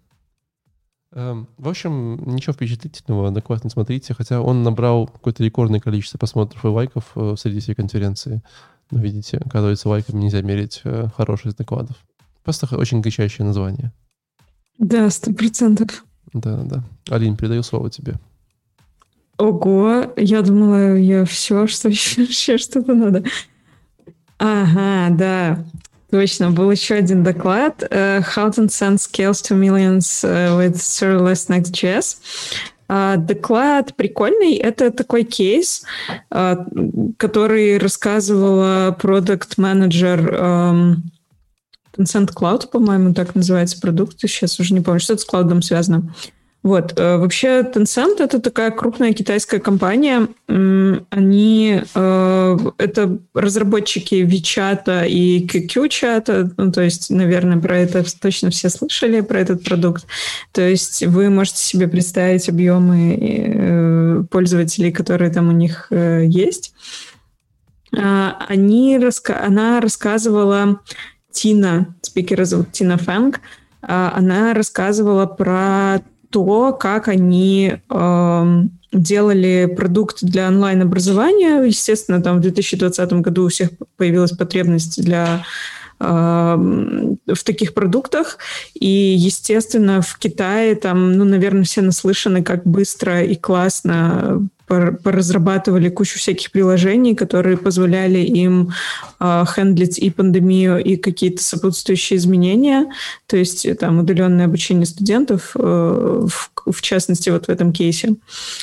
Speaker 1: В общем, ничего впечатлительного, доклад не смотрите, хотя он набрал какое-то рекордное количество просмотров и лайков среди всей конференции. Но видите, оказывается, лайками нельзя мерить хороших докладов. Просто очень кричащее название.
Speaker 3: Да, 100%.
Speaker 1: Да. Алин, передаю слово тебе.
Speaker 3: Ого, я думала, я все, что еще что-то надо. Ага, да. Точно, был еще один доклад How to send scales to millions with serverless Next.js. Доклад прикольный. Это такой кейс, который рассказывала продакт-менеджер Tencent Cloud, по-моему, так называется продукт. Сейчас уже не помню, что-то с клаудом связано. Вот. Вообще Tencent — это такая крупная китайская компания. Они это разработчики WeChat и QQ-чата. Ну, то есть, наверное, про это точно все слышали, про этот продукт. То есть вы можете себе представить объемы пользователей, которые там у них есть. Она рассказывала, Тина, спикера зовут Тина Фэнг, она рассказывала про то, как они делали продукт для онлайн-образования. Естественно, там в 2020 году у всех появилась потребность в таких продуктах. И, естественно, в Китае там, ну, наверное, все наслышаны, как быстро и классно поразрабатывали кучу всяких приложений, которые позволяли им хендлить и пандемию, и какие-то сопутствующие изменения. То есть там удаленное обучение студентов, в частности, вот в этом кейсе.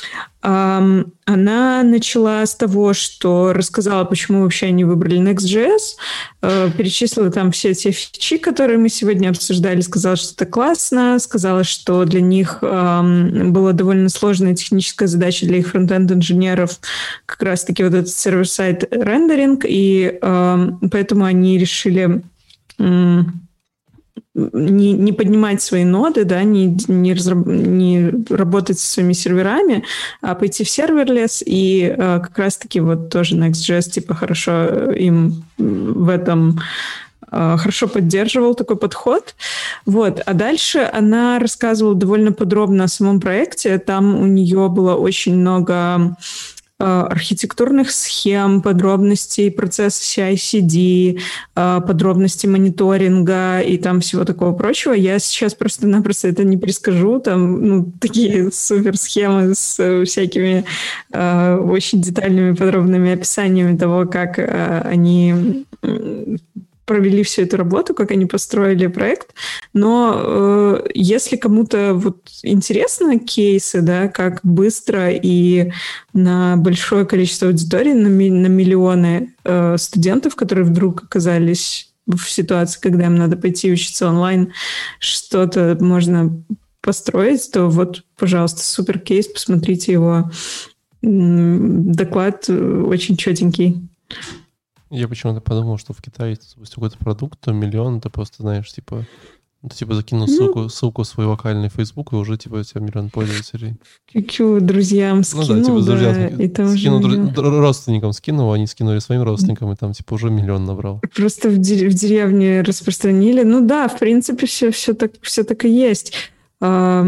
Speaker 3: Она начала с того, что рассказала, почему вообще они выбрали Next.js, перечислила там все те фичи, которые мы сегодня обсуждали, сказала, что это классно, сказала, что для них была довольно сложная техническая задача для их фронтенд-инженеров как раз-таки вот этот сервер-сайд рендеринг, и поэтому они решили не поднимать свои ноды, да, не работать со своими серверами, а пойти в серверлес, и как раз-таки вот тоже Next.js типа хорошо им в этом хорошо поддерживал такой подход. Вот. А дальше она рассказывала довольно подробно о самом проекте. Там у нее было очень много архитектурных схем, подробностей процесса CI/CD, подробностей мониторинга и там всего такого прочего. Я сейчас просто-напросто это не перескажу. Там такие супер схемы с всякими очень детальными, подробными описаниями того, как они провели всю эту работу, как они построили проект. Но если кому-то вот интересно кейсы, да, как быстро и на большое количество аудитории, на миллионы студентов, которые вдруг оказались в ситуации, когда им надо пойти учиться онлайн, что-то можно построить, то вот, пожалуйста, супер кейс, посмотрите его. Доклад очень четенький.
Speaker 1: Я почему-то подумал, что в Китае, если запустить какой-то продукт, то миллион, ты просто, знаешь, типа, закинул ссылку в свой локальный Facebook, и уже, типа, у тебя миллион пользователей.
Speaker 3: QQ друзьям скинул,
Speaker 1: и там скинул, родственникам скинул, они скинули своим родственникам, и там, типа, уже миллион набрал.
Speaker 3: Просто в деревне распространили. Ну да, в принципе, все так и есть. Но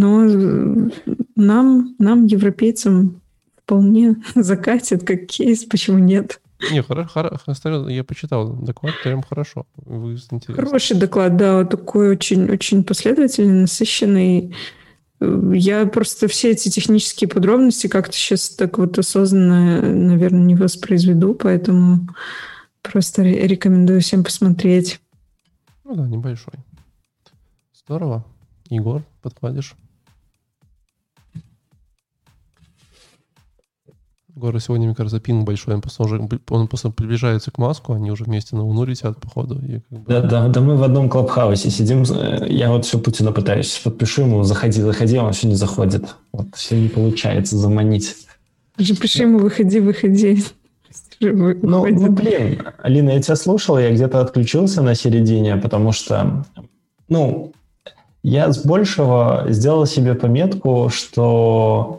Speaker 3: нам, европейцам, вполне закатит как кейс, почему нет?
Speaker 1: Не, я почитал доклад, прям хорошо.
Speaker 3: Хороший доклад, да, вот такой очень последовательный, насыщенный. Я просто все эти технические подробности как-то сейчас так вот осознанно, наверное, не воспроизведу, поэтому просто рекомендую всем посмотреть.
Speaker 1: Ну да, небольшой. Здорово. Егор, подходишь? Гора сегодня, мне кажется, пинг большой, он просто приближается к Маску, они уже вместе на Луну летят, походу.
Speaker 4: Да, мы в одном клабхаусе сидим, я вот все Путина пытаюсь, подпишу ему, заходи, он все не заходит. Вот, все не получается заманить.
Speaker 3: Пиши ему, выходи.
Speaker 4: Ну, блин, Алина, я тебя слушал, я где-то отключился на середине, потому что, я с большего сделал себе пометку, что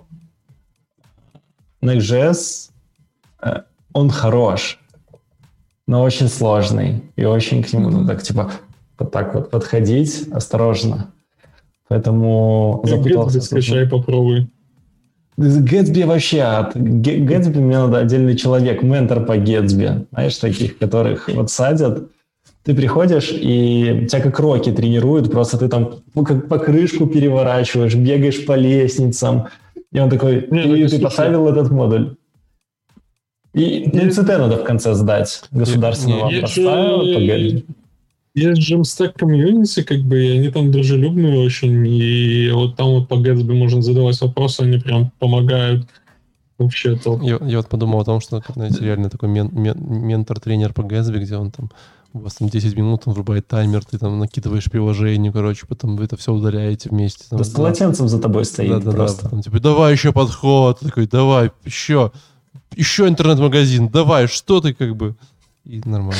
Speaker 4: Next.js, он хорош, но очень сложный. И очень к нему вот так вот подходить осторожно. Поэтому запутался.
Speaker 2: Gatsby скачай, попробуй.
Speaker 4: Gatsby вообще Gatsby мне надо отдельный человек, ментор по Gatsby. Знаешь, таких, которых вот садят. Ты приходишь, и тебя как Рокки тренируют, просто ты там как покрышку переворачиваешь, бегаешь по лестницам. И он такой, ты поставил этот модуль. И ЦТ надо в конце сдать. Государственного поставил.
Speaker 2: Есть Jamstack комьюнити, и они там дружелюбные очень. И вот там вот по Gatsby можно задавать вопросы, они прям помогают. Вообще топ.
Speaker 1: Я вот подумал о том, что, знаете, реально такой ментор-тренер по Gatsby, где он там у вас там 10 минут, он врубает таймер, ты там накидываешь приложение, потом вы это все удаляете вместе.
Speaker 4: Да, с полотенцем за тобой стоит просто.
Speaker 1: Да, потом, давай еще подход, такой, давай, еще интернет-магазин, давай, что ты и нормально.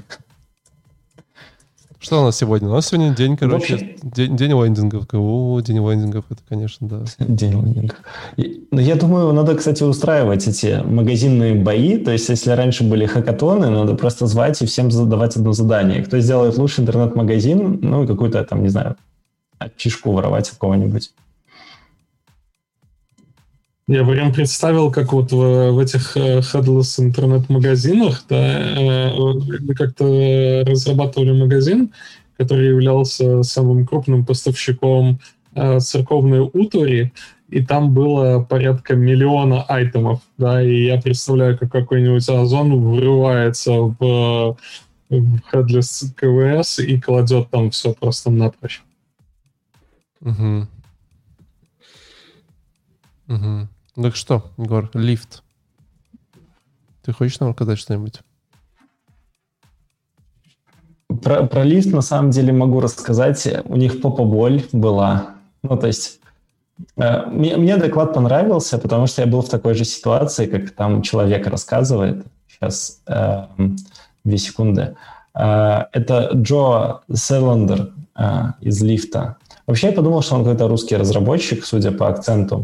Speaker 1: Что у нас сегодня? У нас сегодня день, день лендингов. День лендингов, это, конечно, да.
Speaker 4: День лендингов. Я думаю, надо, кстати, устраивать эти магазинные бои. То есть, если раньше были хакатоны, надо просто звать и всем задавать одно задание. Кто сделает лучший интернет-магазин, и какую-то там, не знаю, фишку воровать у кого-нибудь.
Speaker 2: Я прям представил, как вот в этих headless интернет-магазинах, мы как-то разрабатывали магазин, который являлся самым крупным поставщиком церковной утвари, и там было порядка 1 миллиона айтемов, и я представляю, как какой-нибудь Озон врывается в headless КВС и кладет там все просто напрочь.
Speaker 1: Угу. Так что, Егор, лифт. Ты хочешь нам сказать что-нибудь?
Speaker 4: Про лифт, на самом деле, могу рассказать. У них попа-боль была. То есть, мне доклад понравился, потому что я был в такой же ситуации, как там человек рассказывает. Сейчас, 2 секунды. Это Джо Селандер из Лифта. Вообще я подумал, что он какой-то русский разработчик, судя по акценту.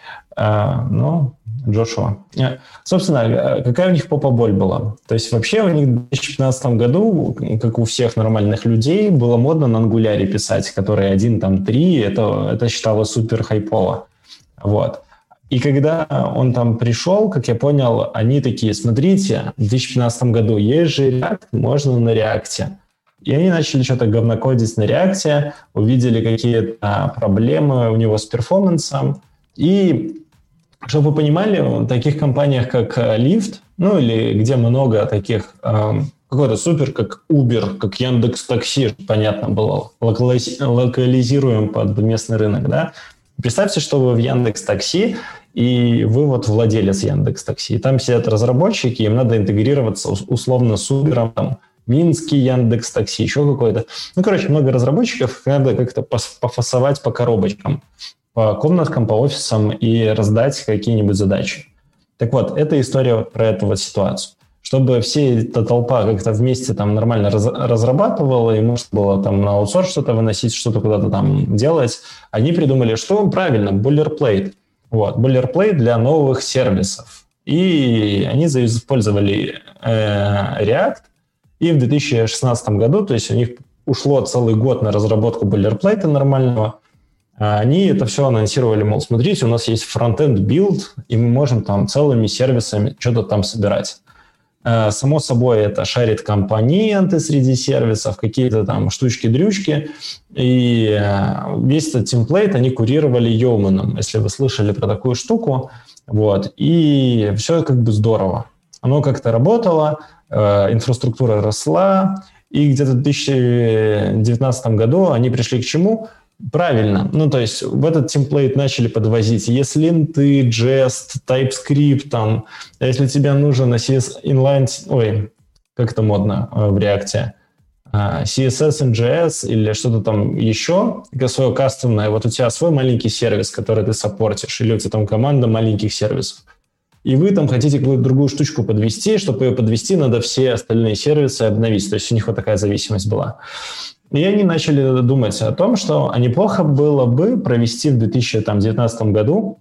Speaker 4: Но Джошуа. Собственно, какая у них попа-боль была? То есть вообще у них в 2015 году, как у всех нормальных людей, было модно на ангуляре писать, который 1.3, это считалось супер хайпово. Вот. И когда он там пришел, как я понял, они такие, смотрите, в 2015 году есть же React, можно на React. И они начали что-то говнокодить на React, увидели какие-то проблемы у него с перформансом. И, чтобы вы понимали, в таких компаниях, как Lyft, ну или где много таких, какой-то супер, как Uber, как Яндекс.Такси, понятно было, локализируем под местный рынок, да? Представьте, что вы в Яндекс.Такси, и вы вот владелец Яндекс.Такси. И там сидят разработчики, им надо интегрироваться условно с Uber, там, Минский Яндекс.Такси, еще какой-то. Ну, короче, много разработчиков, надо как-то пофасовать по коробочкам, по комнаткам, по офисам и раздать какие-нибудь задачи. Так вот, это история вот про эту вот ситуацию. Чтобы вся эта толпа как-то вместе там нормально разрабатывала, и можно было там на аутсорс что-то выносить, что-то куда-то там делать, они придумали, что правильно, boilerplate. Вот, boilerplate для новых сервисов. И они использовали React, и в 2016 году, то есть у них ушло целый год на разработку boilerplate нормального, они это все анонсировали, мол, смотрите, у нас есть фронтенд билд, и мы можем там целыми сервисами что-то там собирать. Само собой, это шарит компоненты среди сервисов, какие-то там штучки-дрючки, и весь этот темплейт они курировали Yeoman, если вы слышали про такую штуку, вот, и все как бы здорово. Оно как-то работало, инфраструктура росла, и где-то в 2019 году они пришли к чему? Правильно. Ну, то есть в этот темплейт начали подвозить ESLint, Jest, TypeScript, там, если тебе нужен CSS inline, ой, как это модно в React, CSS and JS или что-то там еще, свое кастомное, вот у тебя свой маленький сервис, который ты саппортишь, или у тебя там команда маленьких сервисов, и вы там хотите какую-то другую штучку подвести, чтобы ее подвести, надо все остальные сервисы обновить. То есть у них вот такая зависимость была. И они начали думать о том, что неплохо было бы провести в 2019 году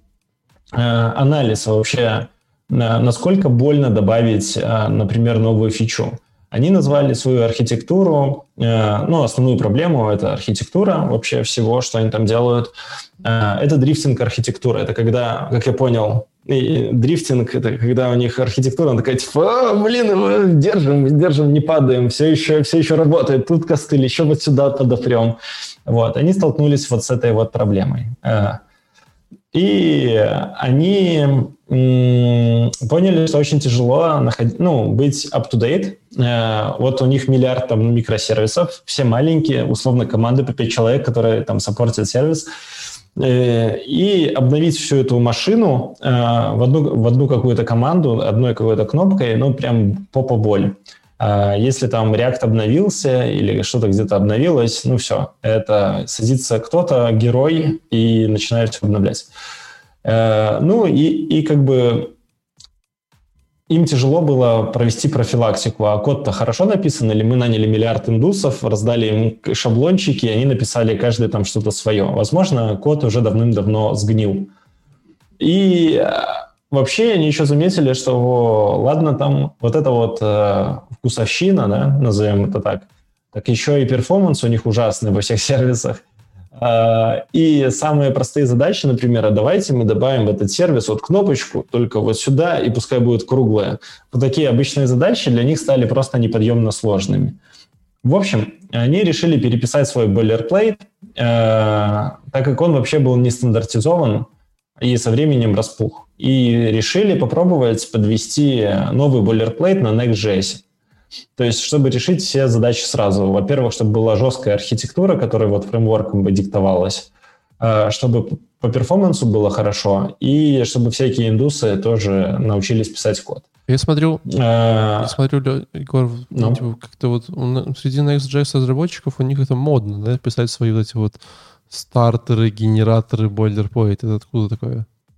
Speaker 4: анализ вообще, насколько больно добавить, например, новую фичу. Они назвали свою архитектуру, ну, основную проблему – это архитектура вообще всего, что они там делают. Это дрифтинг-архитектура. Это когда, как я понял, и дрифтинг – это когда у них архитектура, она такая, типа, блин, держим, не падаем, все еще работает, тут костыль, еще вот сюда подопрем. Вот, они столкнулись вот с этой вот проблемой. И они поняли, что очень тяжело быть up-to-date. Вот у них миллиард там микросервисов, все маленькие, условно, команды по 5 человек, которые там саппортят сервис. И обновить всю эту машину в одну какую-то команду, одной какой-то кнопкой, ну, прям попа-боль. Если там React обновился или что-то где-то обновилось, ну, все. Это садится кто-то, герой, и начинает все обновлять. Ну, и как бы им тяжело было провести профилактику. А код-то хорошо написан, или мы наняли миллиард индусов, раздали им шаблончики, и они написали каждый там что-то свое. Возможно, код уже давным-давно сгнил. И вообще они еще заметили, что ладно, там вот эта вот вкусовщина, да, назовем это так еще и перформанс у них ужасный во всех сервисах. И самые простые задачи, например, давайте мы добавим в этот сервис вот кнопочку только вот сюда, и пускай будет круглая. Вот такие обычные задачи для них стали просто неподъемно сложными. В общем, они решили переписать свой boilerplate, так как он вообще был не стандартизован и со временем распух. И решили попробовать подвести новый boilerplate на Next.js. То есть, чтобы решить все задачи сразу. Во-первых, чтобы была жесткая архитектура, которая вот фреймворком бы диктовалась, чтобы по перформансу было хорошо, и чтобы всякие индусы тоже научились писать код.
Speaker 1: Я смотрю, Егор, как-то вот среди Next.js разработчиков у них это модно, да, писать свои вот эти вот стартеры, генераторы, boilerplate. Это откуда такое?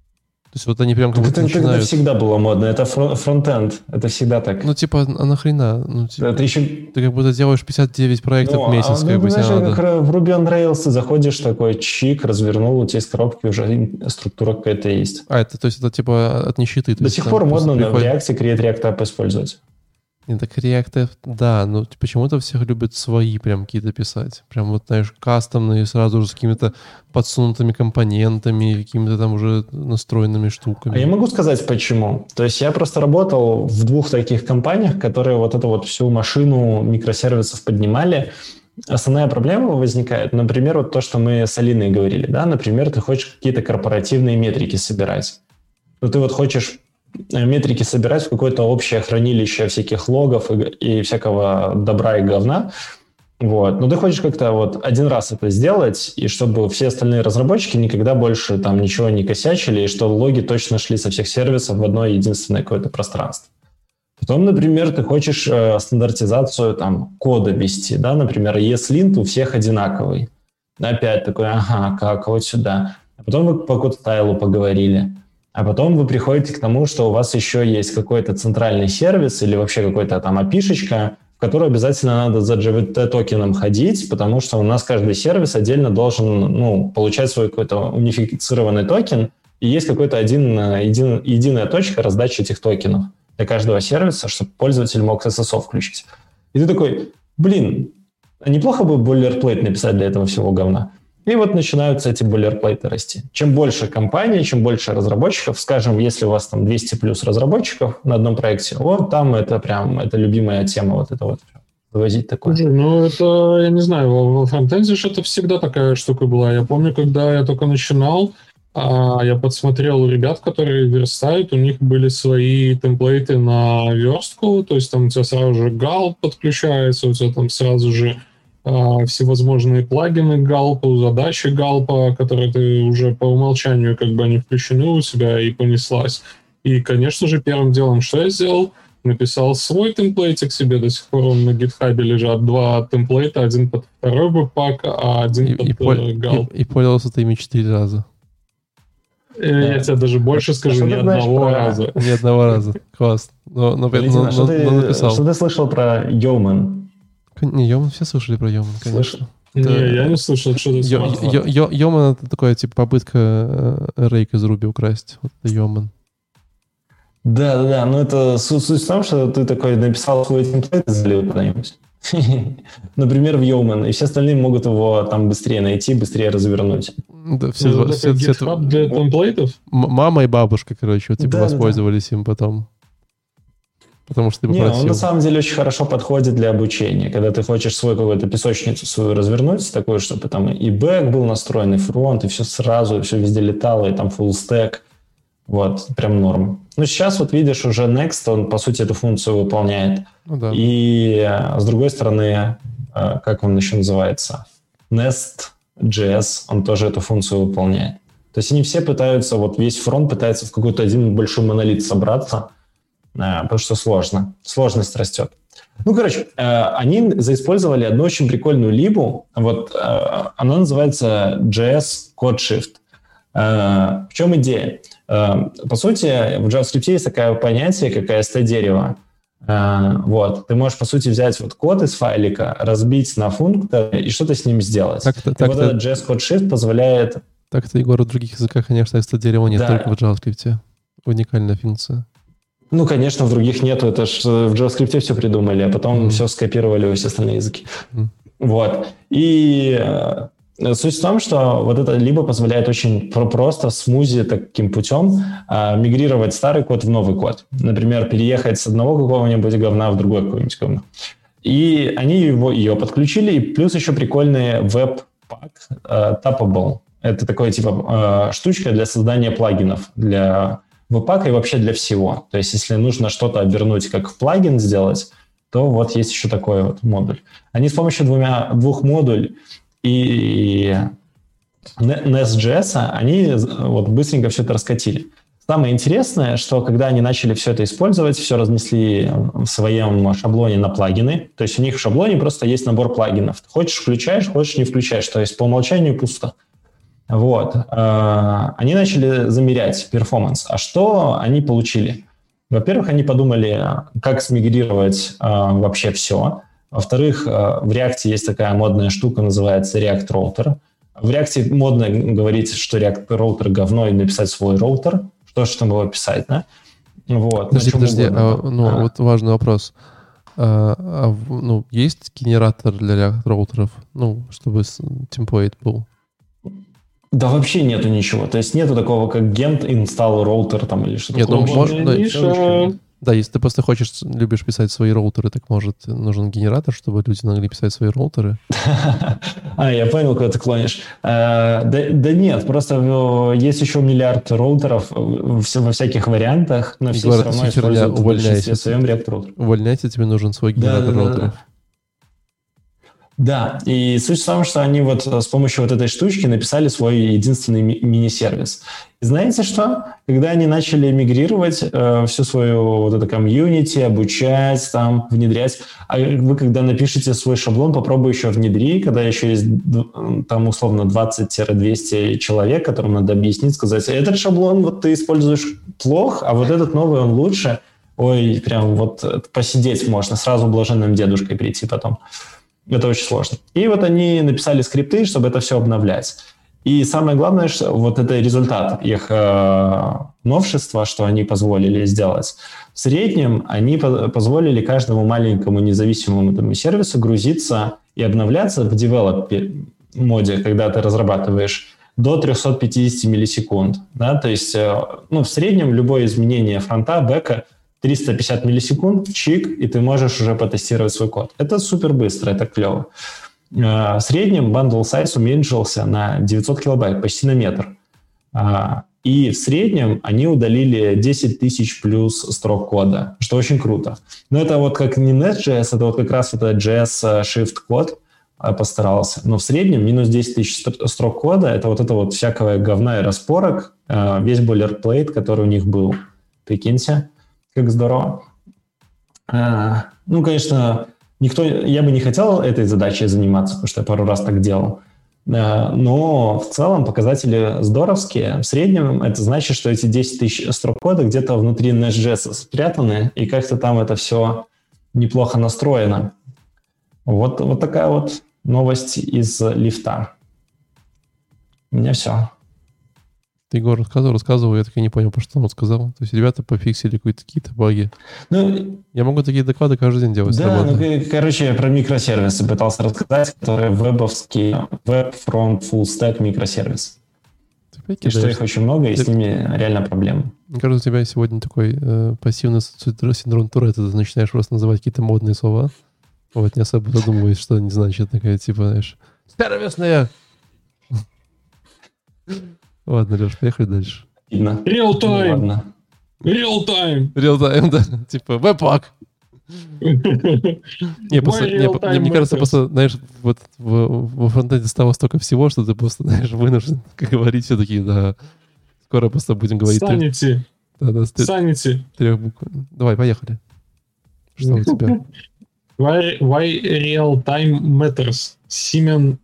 Speaker 1: То есть вот они прям как будто начинают...
Speaker 4: Это всегда было модно, это фронтенд, это всегда так.
Speaker 1: Ну, типа, а нахрена? Ну, типа,
Speaker 4: это еще...
Speaker 1: Ты как будто делаешь 59 проектов в месяц, как бы тебе надо.
Speaker 4: Как в Ruby on Rails ты заходишь такой, чик, развернул, у тебя из коробки уже структура какая-то есть.
Speaker 1: То есть это типа от нищеты.
Speaker 4: До сих пор модно в React Create React App использовать.
Speaker 1: Нет, так React, да, но почему-то всех любят свои прям какие-то писать. Прям вот, знаешь, кастомные, сразу же с какими-то подсунутыми компонентами, какими-то там уже настроенными штуками.
Speaker 4: А я могу сказать, почему. То есть я просто работал в 2 таких компаниях, которые вот эту вот всю машину микросервисов поднимали. Основная проблема возникает, например, вот то, что мы с Алиной говорили, да, например, ты хочешь какие-то корпоративные метрики собирать. Но ты вот хочешь метрики собирать в какое-то общее хранилище всяких логов и всякого добра и говна. Вот. Но ты хочешь как-то вот один раз это сделать, и чтобы все остальные разработчики никогда больше там ничего не косячили, и что логи точно шли со всех сервисов в одно единственное какое-то пространство. Потом, например, ты хочешь стандартизацию там, кода вести, да, например, ESLint у всех одинаковый. Опять такой, как вот сюда. А потом вы по код-стайлу поговорили. А потом вы приходите к тому, что у вас еще есть какой-то центральный сервис или вообще какой-то там API-шечка, в которую обязательно надо за JVT-токеном ходить, потому что у нас каждый сервис отдельно должен получать свой какой-то унифицированный токен, и есть какой-то единая точка раздачи этих токенов для каждого сервиса, чтобы пользователь мог SSO включить. И ты такой, неплохо бы boilerplate написать для этого всего говна. И вот начинаются эти бойлерплейты расти. Чем больше компаний, чем больше разработчиков, скажем, если у вас там 200 плюс разработчиков на одном проекте, вот там это любимая тема, вот это вот вывозить такое.
Speaker 2: Это, я не знаю, во фронтенде же это всегда такая штука была. Я помню, когда я только начинал, я подсмотрел у ребят, которые верстают, у них были свои темплейты на верстку, то есть там у тебя сразу же Gulp подключается, у тебя там сразу же всевозможные плагины Галпа, задачи Галпа, которые ты уже по умолчанию как бы они включены у себя и понеслась. И, конечно же, первым делом, что я сделал, написал свой темплейтик себе, до сих пор он на гитхабе лежат 2 темплейта, один под второй веб-пак, а один под Галп.
Speaker 1: И пользовался ты ими 4 раза.
Speaker 2: Я тебе даже больше скажу, ни одного раза.
Speaker 1: Ни одного раза. Класс. Но написал.
Speaker 4: Что ты слышал про Yeoman?
Speaker 1: Не, Yeoman, все слышали про Yeoman, конечно.
Speaker 2: Я не слышал, что ты сказал.
Speaker 1: Yeoman — это такая, типа, попытка рейк из Ruby украсть. Вот это Yeoman.
Speaker 4: Да, но это суть в том, что ты такой написал свой темплейт и залил куда-нибудь. Например, в Yeoman, и все остальные могут его там быстрее найти, быстрее развернуть.
Speaker 1: Да, все
Speaker 2: GitHub для темплейтов?
Speaker 1: Мама и бабушка, короче, вот, типа, воспользовались им потом. Потому что ты попросил.
Speaker 4: Он на самом деле очень хорошо подходит для обучения. Когда ты хочешь свою какую-то песочницу свою развернуть, такую, чтобы там и бэк был настроен, и фронт, и все сразу, и все везде летало, и там full stack. Вот, прям норм. Ну, сейчас вот видишь, уже Next, он, по сути, эту функцию выполняет.
Speaker 1: Ну, да.
Speaker 4: И с другой стороны, как он еще называется? Nest.js, он тоже эту функцию выполняет. То есть они все пытаются, вот весь фронт пытается в какой-то один большой монолит собраться, потому что сложно. Сложность растет. Ну, короче, они заиспользовали одну очень прикольную либу. Вот она называется JS CodeShift. В чем идея? По сути, в JavaScript есть такое понятие, как AST-дерево. Вот. Ты можешь, по сути, взять вот код из файлика, разбить на функторы и что-то с ним сделать. Вот этот JS CodeShift позволяет...
Speaker 1: Так-то, Егор, в других языках, конечно, AST-дерева нет, только в JavaScript. Уникальная функция.
Speaker 4: Ну, конечно, в других нету. Это ж в JavaScript все придумали, а потом все скопировали во все остальные языки. Вот. И суть в том, что вот это либо позволяет очень просто, смузи таким путем мигрировать старый код в новый код. Например, переехать с одного какого-нибудь говна в другое какое-нибудь говно. И они ее подключили, и плюс еще прикольный веб-пак Tappable. Это такое типа штучка для создания плагинов для веб-пака и вообще для всего. То есть, если нужно что-то обернуть, как в плагин сделать, то вот есть еще такой вот модуль. Они с помощью двух модулей и Nest.js, они вот быстренько все это раскатили. Самое интересное, что когда они начали все это использовать, все разнесли в своем шаблоне на плагины. То есть у них в шаблоне просто есть набор плагинов. Хочешь — включаешь, хочешь — не включаешь. То есть по умолчанию пусто. Вот. Они начали замерять перформанс. А что они получили? Во-первых, они подумали, как смигрировать вообще все. Во-вторых, в React есть такая модная штука, называется React Router. В React модно говорить, что React Router говно, и написать свой роутер. Что ж там его писать, да? Вот.
Speaker 1: Подожди, вот важный вопрос. Есть генератор для React роутеров, чтобы темплейт был?
Speaker 4: Да вообще нету ничего. То есть нету такого, как gent install роутер там или что-то такое.
Speaker 1: Да, если ты просто любишь писать свои роутеры, так может нужен генератор, чтобы люди могли писать свои роутеры?
Speaker 4: Я понял, куда ты клонишь. Да нет, просто есть еще миллиард роутеров во всяких вариантах, но все равно используют в большинстве своем React роутер.
Speaker 1: Увольняйся, тебе нужен свой генератор роутеров.
Speaker 4: Да, и суть в том, что они вот с помощью вот этой штучки написали свой единственный мини-сервис. И знаете что? Когда они начали мигрировать всю свою вот это комьюнити, обучать, там, внедрять, а вы когда напишете свой шаблон, попробуй еще внедри, когда еще есть там условно 20-200 человек, которым надо объяснить, сказать, этот шаблон вот ты используешь плохо, а вот этот новый он лучше. Ой, прям вот посидеть можно, сразу блаженным дедушкой прийти потом. Это очень сложно. И вот они написали скрипты, чтобы это все обновлять. И самое главное, что вот это результат их новшества, что они позволили сделать. В среднем они позволили каждому маленькому независимому этому сервису грузиться и обновляться в девелоп-моде, когда ты разрабатываешь, до 350 миллисекунд. Да? То есть в среднем любое изменение фронта, бэка 350 миллисекунд, чик, и ты можешь уже потестировать свой код. Это супер быстро, это клево. В среднем bundle size уменьшился на 900 килобайт, почти на метр. И в среднем они удалили 10 тысяч плюс строк кода, что очень круто. Но это вот как не Nest.js, это вот как раз вот этот JS Shift код постарался. Но в среднем минус 10 тысяч строк кода, это вот всякое говна и распорок, весь boilerplate, который у них был. Прикиньте. Как здорово. Конечно, я бы не хотел этой задачей заниматься, потому что я пару раз так делал. Но в целом показатели здоровские. В среднем это значит, что эти 10 тысяч строк кода где-то внутри Nest.js спрятаны, и как-то там это все неплохо настроено. Вот такая вот новость из лифта. У меня все.
Speaker 1: Ты, Егор, рассказывал, я так и не понял, про что он сказал. То есть ребята пофиксили какие-то баги. Я могу такие доклады каждый день делать.
Speaker 4: Да, я про микросервисы пытался рассказать, которые вебовский, веб-фронт, full-stack микросервис. И что их очень много, и с ними реально проблемы.
Speaker 1: Мне кажется, у тебя сегодня такой пассивный синдром Туретта. Ты начинаешь просто называть какие-то модные слова. Вот, не особо задумываясь, что они значат. Такая, знаешь, сервисная. Ладно, Леш, поехали дальше.
Speaker 2: Real-time,
Speaker 1: да. Веб-пак. Мне кажется, просто, знаешь, вот во фронтенде стало столько всего, что ты просто, знаешь, вынужден говорить все-таки, да. Скоро просто будем говорить...
Speaker 2: Sanity.
Speaker 1: Sanity. 3 букв. Давай, поехали. Что у тебя?
Speaker 2: Why real-time matters? Симен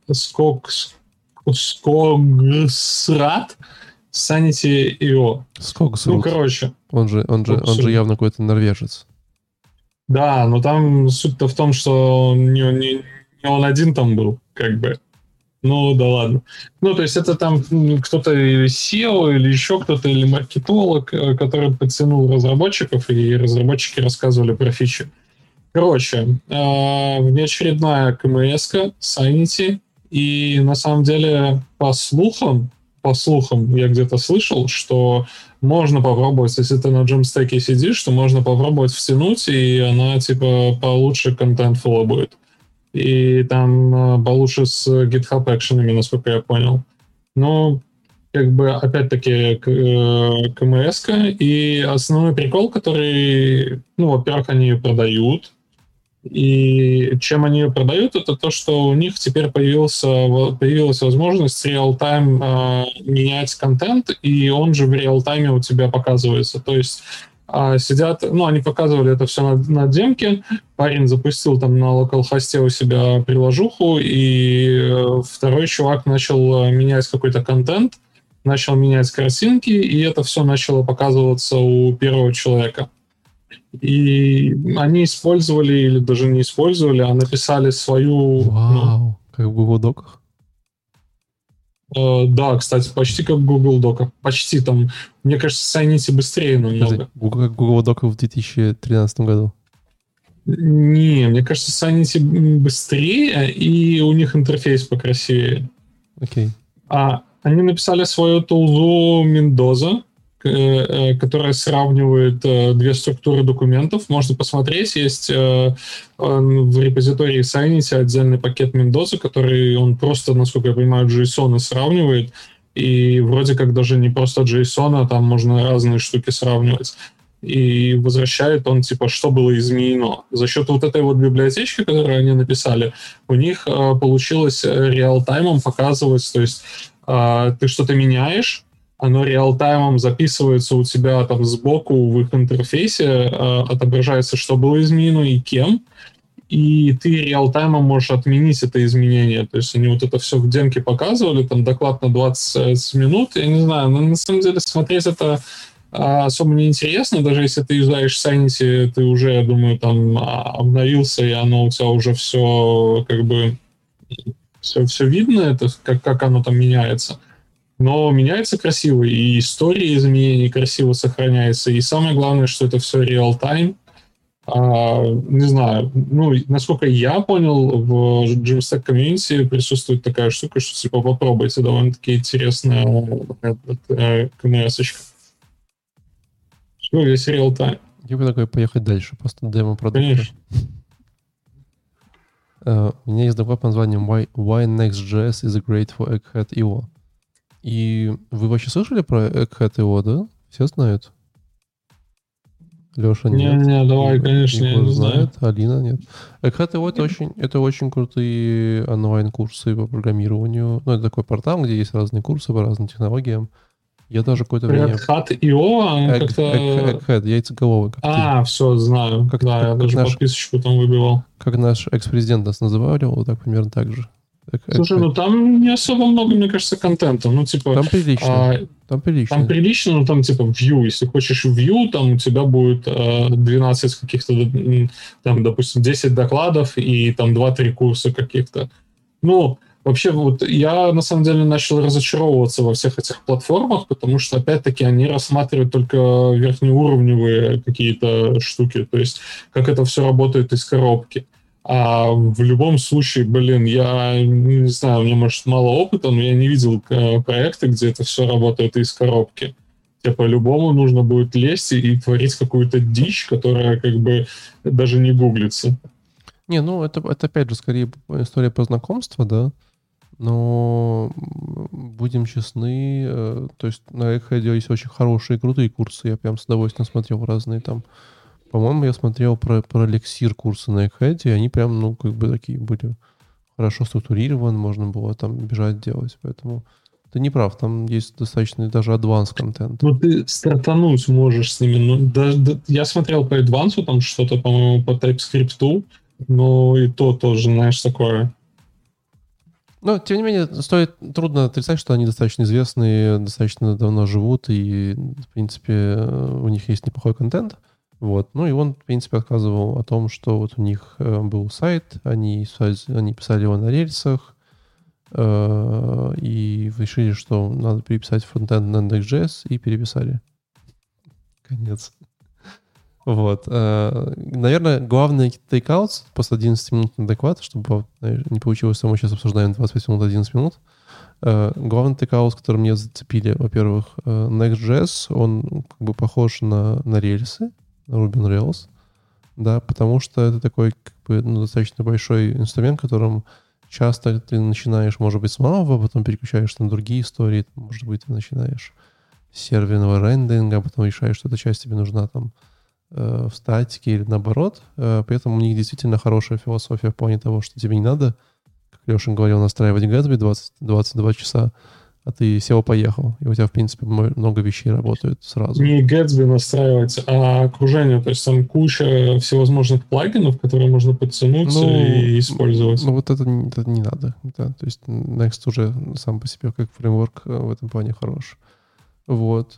Speaker 2: Скогсрат, Sanity.io.
Speaker 1: Скогсрат.
Speaker 2: Короче.
Speaker 1: Он же явно какой-то норвежец.
Speaker 2: Да, но там суть-то в том, что не он один там был, как бы. Ну, да ладно. То есть это там кто-то или SEO, или еще кто-то, или маркетолог, который подтянул разработчиков, и разработчики рассказывали про фичи. Короче, внеочередная КМС-ка, Sanity, и на самом деле по слухам, я где-то слышал, что можно попробовать, если ты на Jamstack сидишь, что можно попробовать втянуть, и она типа получше контентфула будет. И там получше с GitHub экшенами, насколько я понял. Как бы опять-таки КМС-ка, и основной прикол, который, во-первых, они ее продают. И чем они ее продают, это то, что у них теперь появилась возможность реал-тайм менять контент, и он же в реал-тайме у тебя показывается. То есть сидят, они показывали это все на демке, парень запустил там на локалхосте у себя приложуху, и второй чувак начал менять какой-то контент, начал менять картинки, и это все начало показываться у первого человека. И они использовали, или даже не использовали, а написали свою...
Speaker 1: Вау, как в Google Доках?
Speaker 2: Да, кстати, почти как в Google Доках. Почти там, мне кажется, сайнити быстрее намного.
Speaker 1: Как Google Доках в 2013 году?
Speaker 2: Не, мне кажется, сайнити быстрее, и у них интерфейс покрасивее.
Speaker 1: Окей.
Speaker 2: Они написали свою тулзу Mendoza, которая сравнивает две структуры документов. Можно посмотреть, есть в репозитории Synity отдельный пакет Mendoza, который он просто, насколько я понимаю, JSON сравнивает, и вроде как даже не просто JSON, а там можно разные штуки сравнивать. И возвращает он, типа, что было изменено. За счет вот этой вот библиотечки, которую они написали, у них получилось реал-таймом показывать, то есть ты что-то меняешь, оно реал-таймом записывается у тебя там сбоку в их интерфейсе, отображается, что было изменено и кем, и ты реал-таймом можешь отменить это изменение. То есть они вот это все в демке показывали, там доклад на 20 минут, я не знаю, но на самом деле смотреть это особо неинтересно, даже если ты юзаешь Synity, ты уже, я думаю, там обновился, и оно у тебя уже все как бы все видно, это как оно там меняется. Но меняется красиво, и история изменений красиво сохраняется, и самое главное, что это все реал-тайм. Не знаю, насколько я понял, в Jamstack Community присутствует такая штука, что типа попробуйте, довольно-таки интересная КНС-очка. Все, весь реал-тайм.
Speaker 1: Я бы такой поехать дальше, просто демо-продукт.
Speaker 2: Конечно.
Speaker 1: У меня есть доклад под названием Why Next.js is great for Egghead.io. И вы вообще слышали про Egghead.io, да? Все знают? Леша нет.
Speaker 2: Не, давай, конечно, я не знаю.
Speaker 1: Алина нет. Egghead.io это очень крутые онлайн-курсы по программированию. Это такой портал, где есть разные курсы по разным технологиям. Я даже какое-то время...
Speaker 2: Egghead.io, как-то...
Speaker 1: Egghead, яйцеголовый.
Speaker 2: Все, знаю. Я даже подписочку там выбивал.
Speaker 1: Как наш экс-президент нас называл, вот так примерно так же.
Speaker 2: Слушай, там не особо много, мне кажется, контента.
Speaker 1: Там прилично. Там
Speaker 2: прилично, но там типа view. Если хочешь view, там у тебя будет 12 каких-то, там, допустим, 10 докладов и там 2-3 курса каких-то. Вообще, вот я на самом деле начал разочаровываться во всех этих платформах, потому что, опять-таки, они рассматривают только верхнеуровневые какие-то штуки, то есть как это все работает из коробки. А в любом случае, я не знаю, у меня, может, мало опыта, но я не видел проекта, где это все работает из коробки. По-любому нужно будет лезть и творить какую-то дичь, которая как бы даже не гуглится.
Speaker 1: Это опять же скорее история про знакомство, да? Но будем честны, то есть на Egghead есть очень хорошие, крутые курсы. Я прям с удовольствием смотрел разные там. По-моему, я смотрел про эликсир курсы на Egghead, и они прям, такие были хорошо структурированы, можно было там бежать делать. Поэтому ты не прав, там есть достаточно даже advanced контент.
Speaker 2: Ты стартануть можешь с ними. Даже я смотрел по advanced, там что-то, по-моему, по TypeScript, но и то тоже, знаешь, такое.
Speaker 1: Но, тем не менее, трудно отрицать, что они достаточно известные, достаточно давно живут, и, в принципе, у них есть неплохой контент. Вот. И он, в принципе, рассказывал о том, что вот у них был сайт, они писали его на рельсах, и решили, что надо переписать фронтенд на Next.js, и переписали. Конец. Вот. Наверное, главный тейкаут после 11-минутный доклад, чтобы не получилось, что мы сейчас обсуждаем 25 минут, 11 минут. Главный тейкаут, который меня зацепили, во-первых, Next.js, он как бы похож на рельсы, на Ruby on Rails, да, потому что это такой как бы, достаточно большой инструмент, которым часто ты начинаешь, может быть, с малого, потом переключаешь на другие истории, может быть, ты начинаешь с серверного рендеринга, а потом решаешь, что эта часть тебе нужна там в статике или наоборот. При этом у них действительно хорошая философия в плане того, что тебе не надо, как Леша говорил, настраивать Gatsby 22 часа, а ты сел, поехал, и у тебя, в принципе, много вещей работают сразу.
Speaker 2: Не Gatsby настраивать, а окружение. То есть там куча всевозможных плагинов, которые можно подтянуть и использовать.
Speaker 1: Ну, вот это не надо. Да? То есть Next уже сам по себе как фреймворк в этом плане хорош. Вот.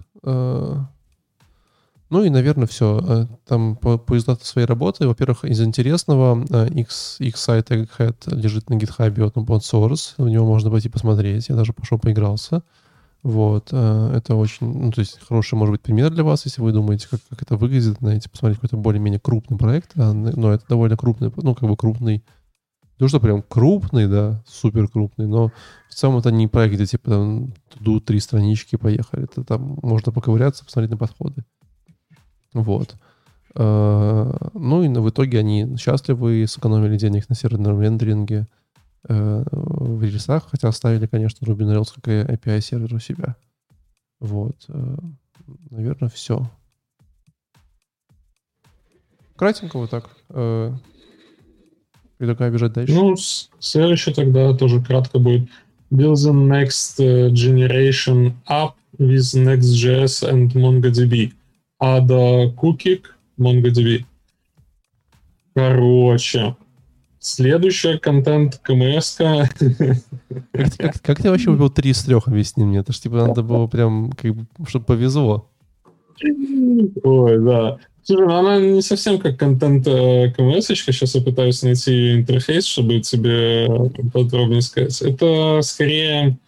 Speaker 1: Ну и, наверное, все. Там по результату своей работы, во-первых, из интересного, X-Site Egghead лежит на GitHub, он open source, в него можно пойти посмотреть. Я даже пошел поигрался. Вот. Это очень, ну, то есть хороший, может быть, пример для вас, если вы думаете, как это выглядит, знаете, посмотреть какой-то более-менее крупный проект. Но это довольно крупный, ну, как бы крупный. Ну, что прям крупный, да, супер крупный, но в целом это не проект, где типа там 3 странички, поехали. Это там можно поковыряться, посмотреть на подходы. Вот. Ну и в итоге они счастливы, сэкономили денег на серверном рендеринге в рельсах, хотя оставили, конечно, Ruby on Rails как API сервер у себя. Вот. Наверное, все. Кратенько вот так. Предлагаю бежать дальше.
Speaker 2: Ну, следующее тогда тоже кратко будет. Build the next generation app with Next.js and MongoDB. Ada Cookie, MongoDB. Короче, следующая контент КМС-ка.
Speaker 1: Как ты вообще выбрал 3 из 3, объясни мне? Это ж типа надо было прям, как бы, чтобы повезло.
Speaker 2: Ой, да. Слушай, ну она не совсем как контент КМС-очка. Сейчас я пытаюсь найти интерфейс, чтобы тебе подробнее сказать. Это скорее...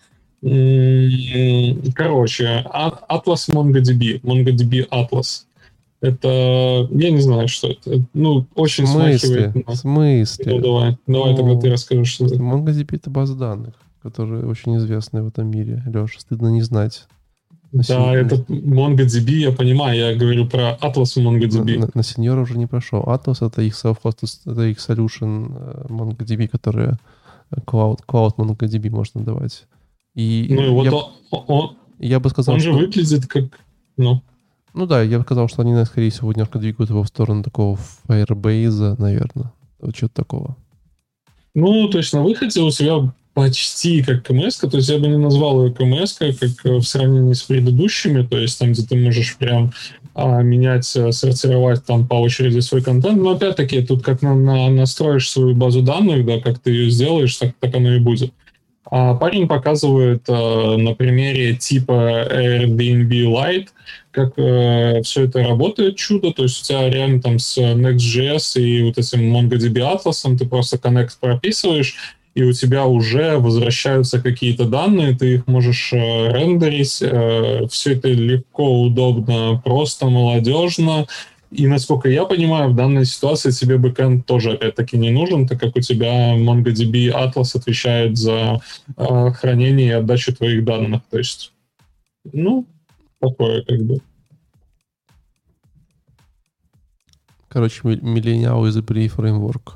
Speaker 2: Короче, Atlas MongoDB. MongoDB Atlas. Это... Я не знаю, что это. Ну, очень смахивает.
Speaker 1: В смысле?
Speaker 2: Ну, давай тогда ты расскажешь, что это.
Speaker 1: MongoDB — это база данных, которые очень известны в этом мире. Леша, стыдно не знать.
Speaker 2: Да, это MongoDB, я понимаю. Я говорю про Atlas MongoDB.
Speaker 1: На сеньора уже не прошел. Atlas — это их self-hosted, это их solution MongoDB, которые Cloud MongoDB можно давать. И
Speaker 2: ну и вот
Speaker 1: я бы сказал,
Speaker 2: он же выглядит как... Ну
Speaker 1: да, я бы сказал, что они, скорее всего, немножко двигают его в сторону такого Firebase, наверное. Вот что-то такого.
Speaker 2: Ну, то есть на выходе у тебя почти как КМС-ка, то есть я бы не назвал ее КМС-кой, как в сравнении с предыдущими, то есть там, где ты можешь прям менять, сортировать там по очереди свой контент, но опять-таки тут как настроишь свою базу данных, да, как ты ее сделаешь, так оно и будет. Парень показывает на примере типа Airbnb Lite, как все это работает чудо, то есть у тебя реально там с Next.js и вот этим MongoDB Atlas ты просто коннект прописываешь, и у тебя уже возвращаются какие-то данные, ты их можешь рендерить, все это легко, удобно, просто, молодежно. И, насколько я понимаю, в данной ситуации тебе бэкэнд тоже, опять-таки, не нужен, так как у тебя MongoDB Atlas отвечает за хранение и отдачу твоих данных. То есть, ну, такое как бы.
Speaker 1: Короче, Millennial изобрели фреймворк.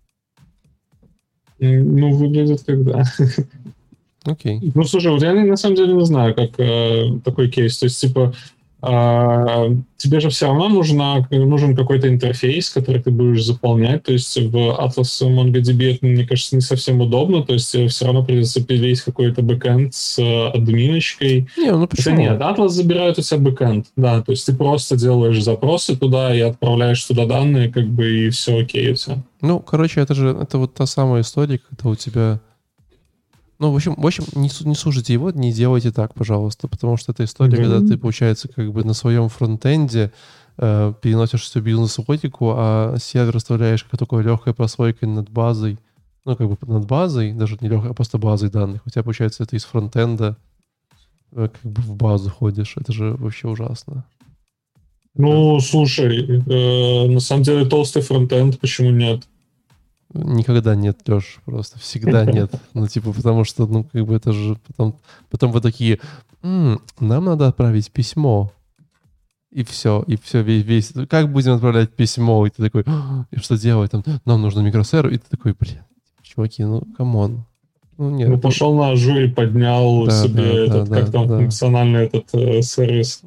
Speaker 2: Ну, выглядит как да.
Speaker 1: Окей.
Speaker 2: Ну, слушай, вот я на самом деле не знаю, как такой кейс. То есть, типа, тебе же все равно нужен какой-то интерфейс, который ты будешь заполнять. То есть в Atlas MongoDB это, мне кажется, не совсем удобно. То есть все равно придется пилить какой-то бэкэнд с админочкой.
Speaker 1: Не, ну почему?
Speaker 2: Нет, Atlas забирает у тебя бэкэнд. Да, то есть ты просто делаешь запросы туда и отправляешь туда данные, как бы, и все окей у тебя.
Speaker 1: Ну, короче, это вот та самая история, когда у тебя... Ну, в общем, не слушайте его, не делайте так, пожалуйста, потому что это история, когда ты, получается, как бы на своем фронтенде переносишь всю бизнес-логику, а сервер оставляешь как такой легкой прослойкой над базой, ну, как бы над базой, даже не легкой, а просто базой данных. У тебя, получается, это из фронтенда как бы в базу ходишь. Это же вообще ужасно.
Speaker 2: Ну, слушай, на самом деле толстый фронтенд, почему нет?
Speaker 1: Никогда нет, Леш, просто всегда нет. Ну, типа, потому что, ну, как бы это же потом вы такие, нам надо отправить письмо. И все, весь. Как будем отправлять письмо? И ты такой, и что делать? Там, нам нужно микросервер. И ты такой, блин, чуваки, ну, камон. Ну, нет.
Speaker 2: Ну, пошел на Azure и поднял себе функциональный этот сервис.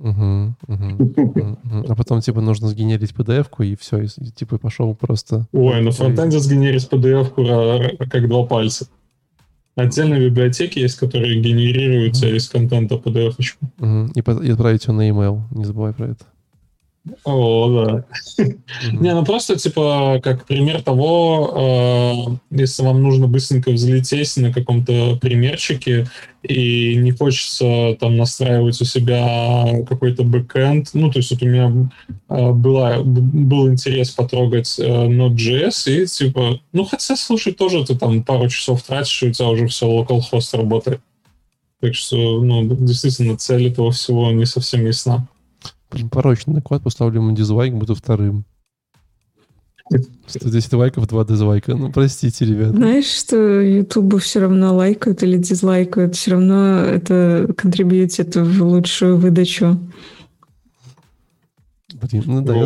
Speaker 1: А потом, типа, нужно сгенерить PDF-ку, и все, и типа, пошел просто...
Speaker 2: Ой, на фронтенде сгенерить PDF-ку как 2 пальца. Отдельные библиотеки есть, которые генерируются из контента PDF-очку.
Speaker 1: И отправить его на e-mail. Не забывай про это.
Speaker 2: О, да. Не, ну просто, типа, как пример того, если вам нужно быстренько взлететь на каком-то примерчике и не хочется там настраивать у себя какой-то бэкэнд, ну, то есть вот у меня был интерес потрогать Node.js и, типа, ну, хотя, слушай, тоже ты там пару часов тратишь, и у тебя уже все localhost работает. Так что, ну, действительно, цель этого всего не совсем ясна.
Speaker 1: Порочный доклад, поставлю ему дизлайк, буду вторым. 110 лайков, 2 дизлайка. Ну, простите, ребята.
Speaker 3: Знаешь, что Ютубу все равно лайкают или дизлайкают, все равно это контрибьютит в лучшую выдачу.
Speaker 1: Блин, ну да, я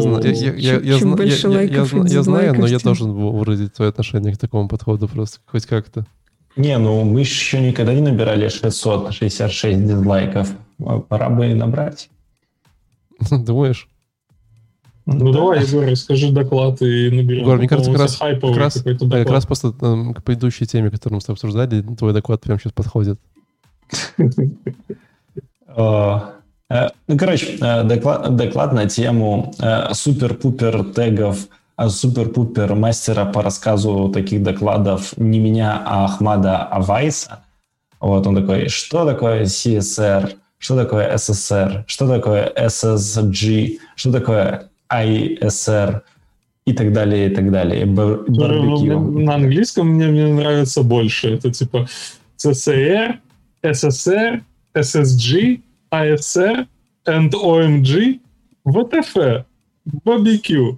Speaker 1: знаю, но я должен выразить свое отношение к такому подходу просто хоть как-то.
Speaker 4: Не, ну мы еще никогда не набирали 666 дизлайков. Пора бы и набрать.
Speaker 1: Думаешь?
Speaker 2: Ну да. Давай, Егор, расскажи доклад и наберем.
Speaker 1: Егор, мне кажется, как раз просто к предыдущей теме, которую мы с тобой обсуждали, твой доклад прямо сейчас подходит.
Speaker 4: Ну, короче, доклад на тему супер-пупер тегов, супер-пупер мастера по рассказу таких докладов не меня, а Ахмада Авайса. Вот он такой, что такое CSR, что такое SSR, что такое SSG, что такое ISR и так далее, и так далее. Барбекю.
Speaker 2: На английском мне нравится больше. Это типа CSR, SSR, SSG, ISR and OMG, WTF, BBQ.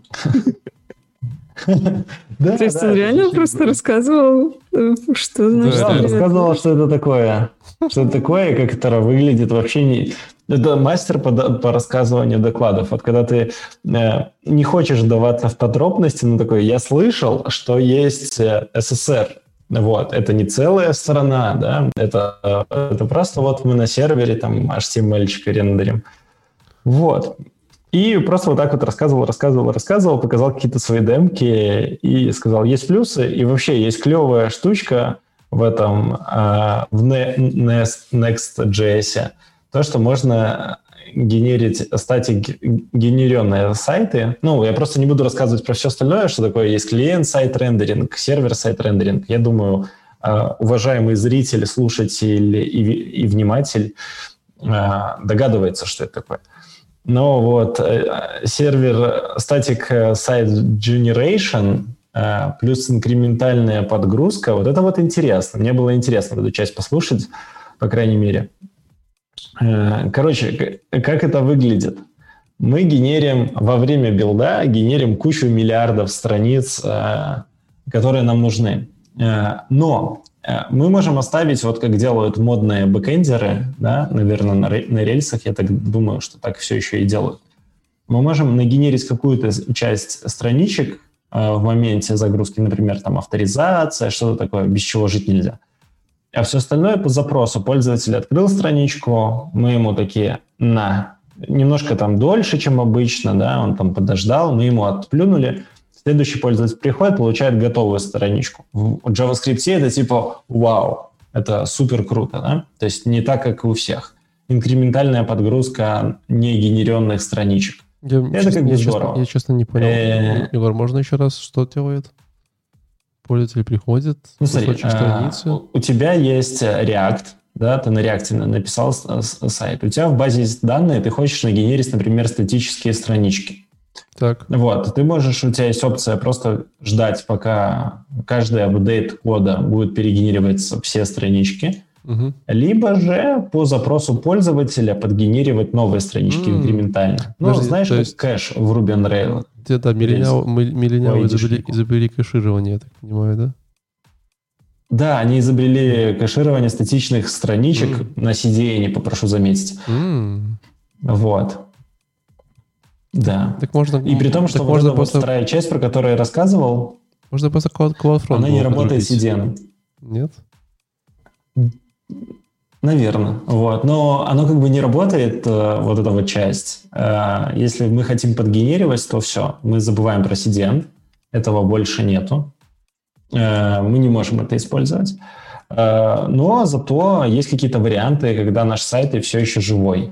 Speaker 3: То есть он реально просто рассказывал, что значит...
Speaker 4: Да, рассказывал, что это такое. Что это такое, как это выглядит вообще не... Это мастер по рассказыванию докладов. Вот когда ты не хочешь вдаваться в подробности, но такой, я слышал, что есть СССР. Вот, это не целая страна, да, это просто вот мы на сервере там HTML-чик рендерим. Вот. И просто вот так вот рассказывал, показал какие-то свои демки и сказал, есть плюсы, и вообще есть клевая штучка в этом, в Next.js, то, что можно генерить статик-генеренные сайты. Ну, я просто не буду рассказывать про все остальное, что такое есть клиент-сайт-рендеринг, сервер-сайт-рендеринг. Я думаю, уважаемый зритель, слушатель и вниматель догадывается, что это такое. Но вот сервер Static Site Generation плюс инкрементальная подгрузка, вот это вот интересно. Мне было интересно эту часть послушать, по крайней мере. Короче, как это выглядит? Мы генерим во время билда, кучу миллиардов страниц, которые нам нужны. Но мы можем оставить, вот как делают модные бэкэндеры, да, наверное, на рельсах, я так думаю, что так все еще и делают. Мы можем нагенерить какую-то часть страничек в моменте загрузки, например, там авторизация, что-то такое, без чего жить нельзя. А все остальное по запросу. Пользователь открыл страничку, мы ему такие, немножко там дольше, чем обычно, да, он там подождал, мы ему отплюнули. Следующий пользователь приходит, получает готовую страничку. В JavaScript это типа вау, это супер круто, да? То есть не так, как и у всех. Инкрементальная подгрузка негенеренных страничек. Это как бы здорово.
Speaker 1: Я честно не понял. Егор, можно еще раз, что делает? Пользователь приходит,
Speaker 4: смотри, страницы. У тебя есть React, да, ты на React написал сайт. У тебя в базе есть данные, ты хочешь нагенерить, например, статические странички.
Speaker 1: Так.
Speaker 4: Вот, у тебя есть опция просто ждать, пока каждый апдейт кода будет перегенерировать все странички, либо же по запросу пользователя подгенерировать новые странички инкрементально. Ну, знаешь, как кэш в Ruby on Rails.
Speaker 1: Да, миллениалы изобрели кэширование, я так понимаю, да?
Speaker 4: Да, они изобрели кэширование статичных страничек на CDN, попрошу заметить. Вот. Да.
Speaker 1: Так можно,
Speaker 4: и при том, что вот эта вот вторая часть, про которую я рассказывал,
Speaker 1: можно просто CloudFront
Speaker 4: она не работает с CDN.
Speaker 1: Нет?
Speaker 4: Наверное. Вот. Но оно как бы не работает, вот эта вот часть. Если мы хотим подгенерировать, то все. Мы забываем про CDN. Этого больше нету. Мы не можем это использовать. Но зато есть какие-то варианты, когда наш сайт и все еще живой.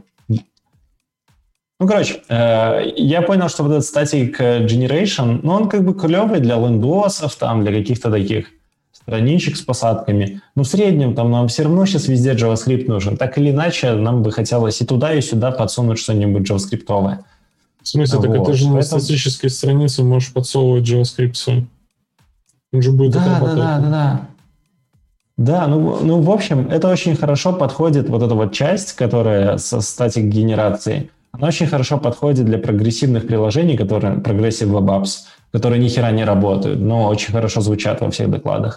Speaker 4: Ну, короче, я понял, что вот этот Static Generation, ну, он как бы клевый для лендосов, там, для каких-то таких страничек с посадками. Но в среднем там нам все равно сейчас везде JavaScript нужен. Так или иначе, нам бы хотелось и туда, и сюда подсунуть что-нибудь JavaScript-овое.
Speaker 2: В смысле, так
Speaker 4: Вот.
Speaker 2: ты же на
Speaker 4: Поэтому...
Speaker 2: статической странице можешь подсовывать JavaScript свой. Он же будет отрабатывать.
Speaker 4: Да, ну, в общем, это очень хорошо подходит, вот эта вот часть, которая со статик-генерацией, она очень хорошо подходит для прогрессивных приложений, которые Progressive Web Apps, которые ни хера не работают, но очень хорошо звучат во всех докладах.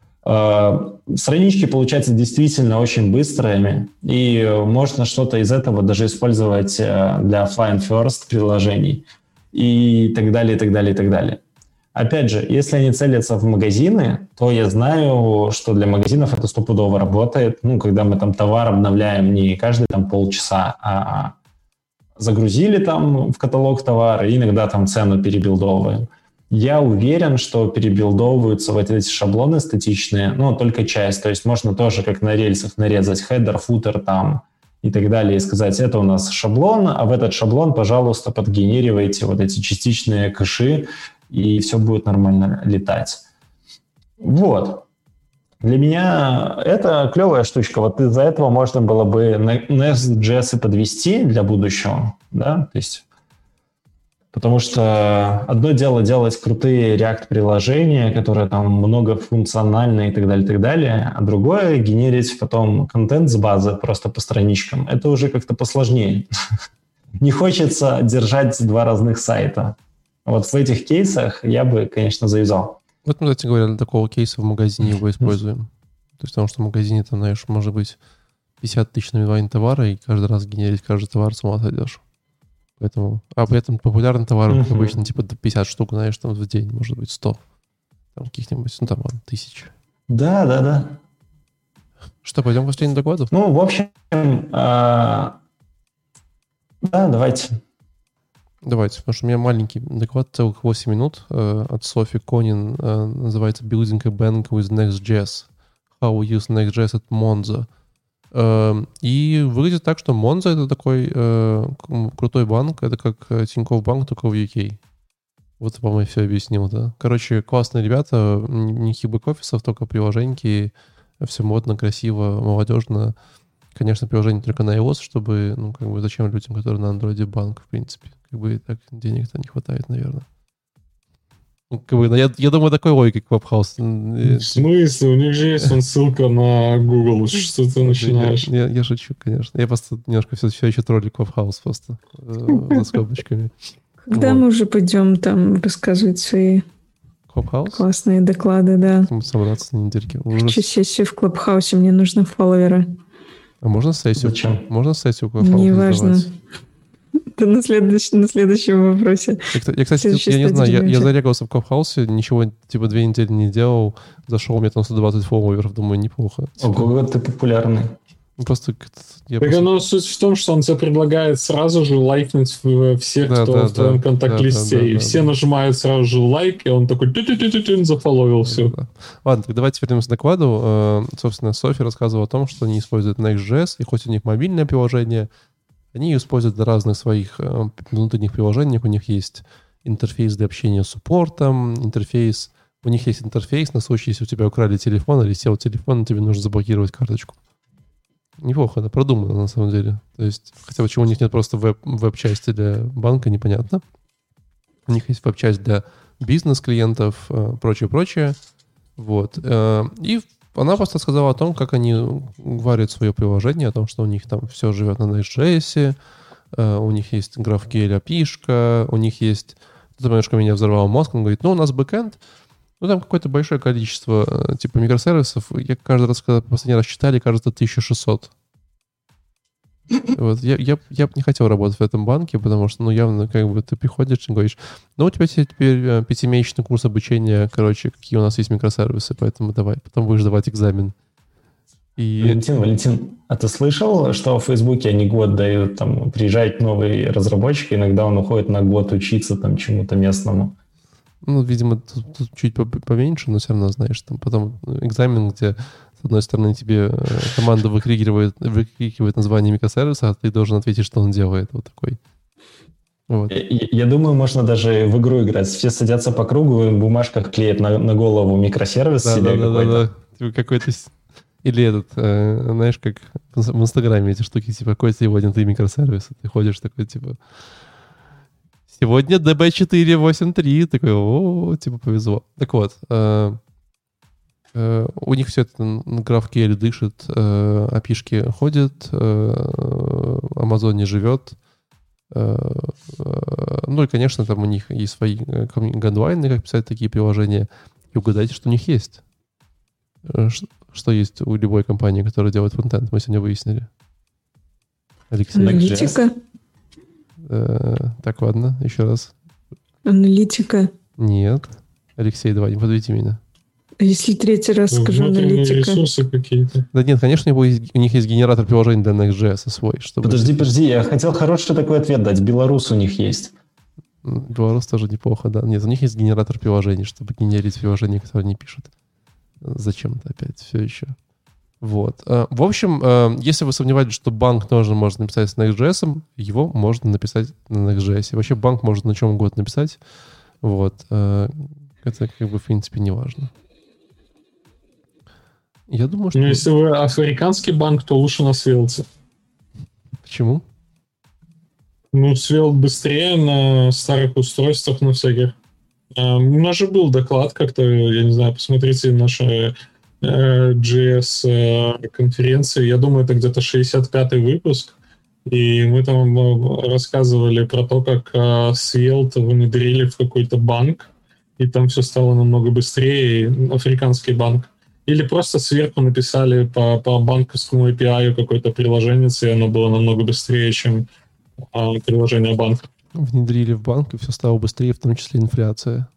Speaker 4: Странички получаются действительно очень быстрыми, и можно что-то из этого даже использовать для offline-first приложений и так далее, и так далее, и так далее. Опять же, если они целятся в магазины, то я знаю, что для магазинов это стопудово работает. Ну, когда мы там товар обновляем не каждые там полчаса, а загрузили там в каталог товара и иногда там цену перебилдовываем. Я уверен, что перебилдовываются вот эти шаблоны статичные, но только часть. То есть можно тоже как на рельсах нарезать хедер, футер там и так далее, и сказать, это у нас шаблон, а в этот шаблон, пожалуйста, подгенеривайте вот эти частичные кэши, и все будет нормально летать. Вот. Для меня это клевая штучка. Вот из-за этого можно было бы Next.js и подвести для будущего, да, то есть, потому что одно дело делать крутые React-приложения, которые там многофункциональные и так далее, а другое генерить потом контент с базы просто по страничкам. Это уже как-то посложнее. Не хочется держать два разных сайта. Вот в этих кейсах я бы, конечно, завязал.
Speaker 1: Вот мы, кстати говоря, для такого кейса в магазине его используем. То есть потому что в магазине там, знаешь, может быть 50 тысяч наименований товара, и каждый раз генерить каждый товар с ума сойдешь. Поэтому... А при этом популярный товар обычно типа 50 штук, знаешь, там в день, может быть 100. Там каких-нибудь, ну там, 1000.
Speaker 4: Да.
Speaker 1: Что, пойдем к последним докладам?
Speaker 4: Ну, в общем, да, давайте.
Speaker 1: Давайте, потому что у меня маленький доклад, целых 8 минут от Софи Конин, называется «Building a Bank with Next.js. How we use Next.js at Monzo». И выглядит так, что Monzo — это такой крутой банк, это как Тинькофф банк, только в UK. Вот, по-моему, все объяснил, да. Короче, классные ребята, никаких бэк-офисов, только приложеньки, все модно, красиво, молодежно. Конечно, приложение только на iOS, чтобы, ну, как бы, зачем людям, которые на Android банк, в принципе. Как бы и так денег-то не хватает, наверное. Ну, как бы, я думаю, такой логикой Clubhouse.
Speaker 2: В смысле? У них же есть ссылка на Google. Что ты начинаешь?
Speaker 1: Я шучу, конечно. Я просто немножко все еще троллю Clubhouse просто за скобочками.
Speaker 3: Когда мы уже пойдем там рассказывать свои классные доклады, да.
Speaker 1: Собраться на недельке.
Speaker 3: Хочу сессию в Clubhouse, мне нужны фолловеры.
Speaker 1: А можно сессию?
Speaker 4: Зачем?
Speaker 1: Можно сессию в Clubhouse?
Speaker 3: Неважно. Это на следующем вопросе.
Speaker 1: Я, кстати, я не знаю, я зарегался в Clubhouse, ничего, типа 2 недели не делал, зашел, у меня там 120 фолловеров, думаю, неплохо.
Speaker 4: Ого, ты популярный.
Speaker 1: Просто...
Speaker 2: оно суть в том, что он тебе предлагает сразу же лайкнуть всех, кто в твоем контакт-листе, и все нажимают сразу же лайк, и он такой зафоловил все.
Speaker 1: Ладно, так давайте вернемся к докладу. Собственно, Софи рассказывала о том, что они используют Next.js, и хоть у них мобильное приложение, они ее используют для разных своих внутренних приложений. У них есть интерфейс для общения с суппортом, у них есть интерфейс на случай, если у тебя украли телефон или сел телефон, и тебе нужно заблокировать карточку. Неплохо, это продумано на самом деле. То есть, хотя почему у них нет просто веб-части для банка, непонятно. У них есть веб-часть для бизнес-клиентов, прочее. Вот. И она просто сказала о том, как они варят свое приложение, о том, что у них там все живет на Next.js, у них есть GraphQL API-шка, у них есть... Ты немножко меня взорвал мозг, он говорит, у нас бэкэнд, там какое-то большое количество типа микросервисов. Я каждый раз, когда последний раз читали, кажется, 1600. Вот. Я бы не хотел работать в этом банке, потому что, явно, как бы, ты приходишь и говоришь, у тебя теперь 5-месячный курс обучения, какие у нас есть микросервисы, поэтому давай, потом будешь давать экзамен.
Speaker 4: Валентин, а ты слышал, что в Фейсбуке они год дают, там, приезжает новый разработчик, иногда он уходит на год учиться там чему-то местному?
Speaker 1: Видимо, тут чуть поменьше, но все равно, знаешь, там потом экзамен, где одной стороны, тебе команда выкрикивает название микросервиса, а ты должен ответить, что он делает. Вот такой. Вот.
Speaker 4: Я думаю, можно даже в игру играть. Все садятся по кругу, и в бумажках клеят на голову микросервис себе какой-то.
Speaker 1: Да. Какой-то... Или этот, знаешь, как в Инстаграме эти штуки, типа, какой сегодня ты микросервис, ты ходишь такой, типа, сегодня DB483, такой, о, типа, повезло. Так вот, у них все это на GraphQL дышит, API-шки ходят, Amazon не живет. Ну и, конечно, там у них есть свои гайдлайны, как писать такие приложения. И угадайте, что у них есть. Что есть у любой компании, которая делает фронтенд, мы сегодня выяснили. Алексей.
Speaker 3: Аналитика.
Speaker 1: Так, ладно, еще раз.
Speaker 3: Аналитика.
Speaker 1: Нет. Алексей, давай, не подведи меня.
Speaker 3: А если третий раз скажу
Speaker 2: Внутренние
Speaker 3: аналитика?
Speaker 2: ресурсы какие-то.
Speaker 1: Да нет, конечно, у них есть генератор приложений для Next.js свой. Чтобы...
Speaker 4: Подожди, я хотел хороший такой ответ дать. Белорус у них есть.
Speaker 1: Белорус тоже неплохо, да. Нет, у них есть генератор приложений, чтобы генерить приложения, которые не пишут. Зачем-то опять все еще. Вот. В общем, если вы сомневаетесь, что банк тоже можно написать с Next.js, его можно написать на Next.js. Вообще банк может на чем угодно написать. Вот. Это как бы в принципе не важно. Я думаю, что...
Speaker 2: Ну, если вы африканский банк, то лучше на Svelte.
Speaker 1: Почему?
Speaker 2: Ну, Svelte быстрее на старых устройствах, на всяких. У нас же был доклад как-то, я не знаю, посмотрите наши JS-конференции. Я думаю, это где-то 65-й выпуск. И мы там рассказывали про то, как Svelte внедрили в какой-то банк, и там все стало намного быстрее, африканский банк. Или просто сверху написали по банковскому API какое-то приложение, и оно было намного быстрее, чем приложение банка.
Speaker 1: Внедрили в банк, и все стало быстрее, в том числе инфляция.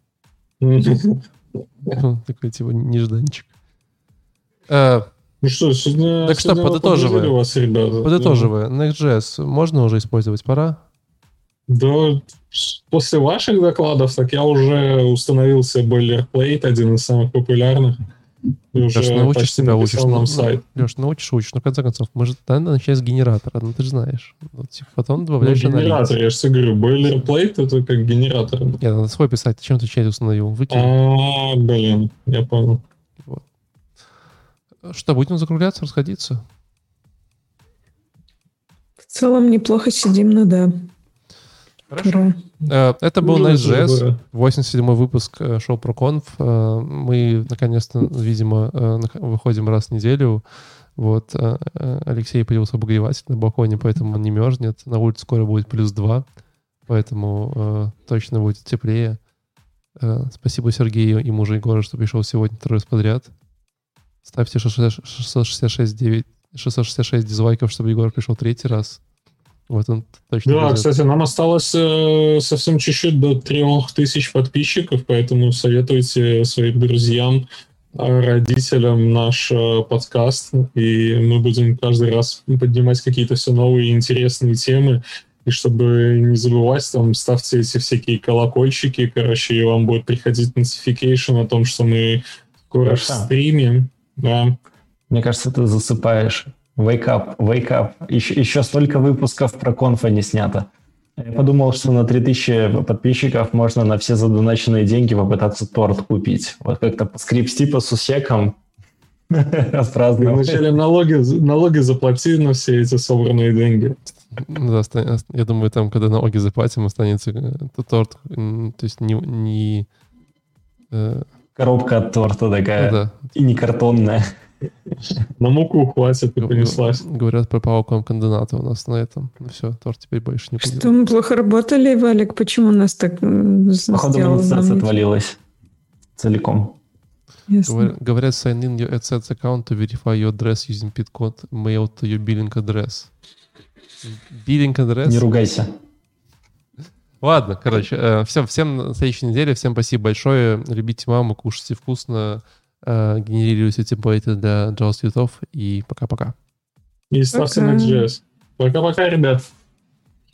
Speaker 1: Такой типа нежданчик.
Speaker 2: Ну что,
Speaker 1: так что, подытоживая.
Speaker 2: Вас, ребята.
Speaker 1: Подытоживая, Next.js можно уже использовать, пора?
Speaker 2: Да, после ваших докладов, так я уже установил себе Boilerplate, один из самых популярных. И уже
Speaker 1: Леш, научишь себя учишь.
Speaker 2: нам сайт.
Speaker 1: Леш, научишь учишь. Ну, в конце концов, мы же надо начать с генератора, ну ты же знаешь. Вот, типа, потом добавляешь
Speaker 2: генератор, я же тебе говорю, Boilerplate это как генератор.
Speaker 1: Нет, надо свой писать. Ты чем ты часть установил? Выкинь.
Speaker 2: Блин, я понял.
Speaker 1: Вот. Что, будем закругляться, расходиться?
Speaker 3: В целом неплохо сидим, ну да.
Speaker 1: Хорошо. Это был Next.js, 87-й выпуск шоу ProConf. Мы, наконец-то, видимо, выходим раз в неделю. Вот. Алексей появился обогреватель на балконе, поэтому он не мерзнет. На улице скоро будет +2, поэтому точно будет теплее. Спасибо Сергею и мужу Егора, что пришел сегодня 2 раз подряд. Ставьте 666 дизлайков, чтобы Егор пришел 3-й раз. Вот он точно.
Speaker 2: Да, кстати, нам осталось совсем чуть-чуть до 3000 подписчиков, поэтому советуйте своим друзьям, родителям наш подкаст, и мы будем каждый раз поднимать какие-то все новые интересные темы. И чтобы не забывать, там, ставьте эти всякие колокольчики, короче, и вам будет приходить notification о том, что мы скоро стримим. Да.
Speaker 4: Мне кажется, ты засыпаешь. Wake up. Еще столько выпусков про конфа не снято. Я подумал, что на 3000 подписчиков можно на все задоначенные деньги попытаться торт купить. Вот как-то поскребсти по сусекам.
Speaker 2: Вначале налоги заплати на все эти собранные деньги.
Speaker 1: Да, я думаю, там, когда налоги заплатим, останется торт, то есть не
Speaker 4: коробка от торта такая,
Speaker 1: да.
Speaker 4: И не картонная.
Speaker 2: На муку хватит, и понеслась.
Speaker 1: Говорят про пауковом конденате у нас на этом. Ну все, торт теперь больше не будет.
Speaker 3: Что мы плохо работали, Валик? Почему нас так
Speaker 4: походу, монетизация отвалилась целиком.
Speaker 1: Говорят, sign in your AdSense account to verify your address using PIN code mailed to your billing address. Billing address?
Speaker 4: Не ругайся.
Speaker 1: Ладно, короче, всем на следующей неделе. Всем спасибо большое. Любите маму, кушайте вкусно. Генерируйте темплейты для JavaScript. И пока-пока.
Speaker 2: И ставьте Next.js. Пока-пока, ребят.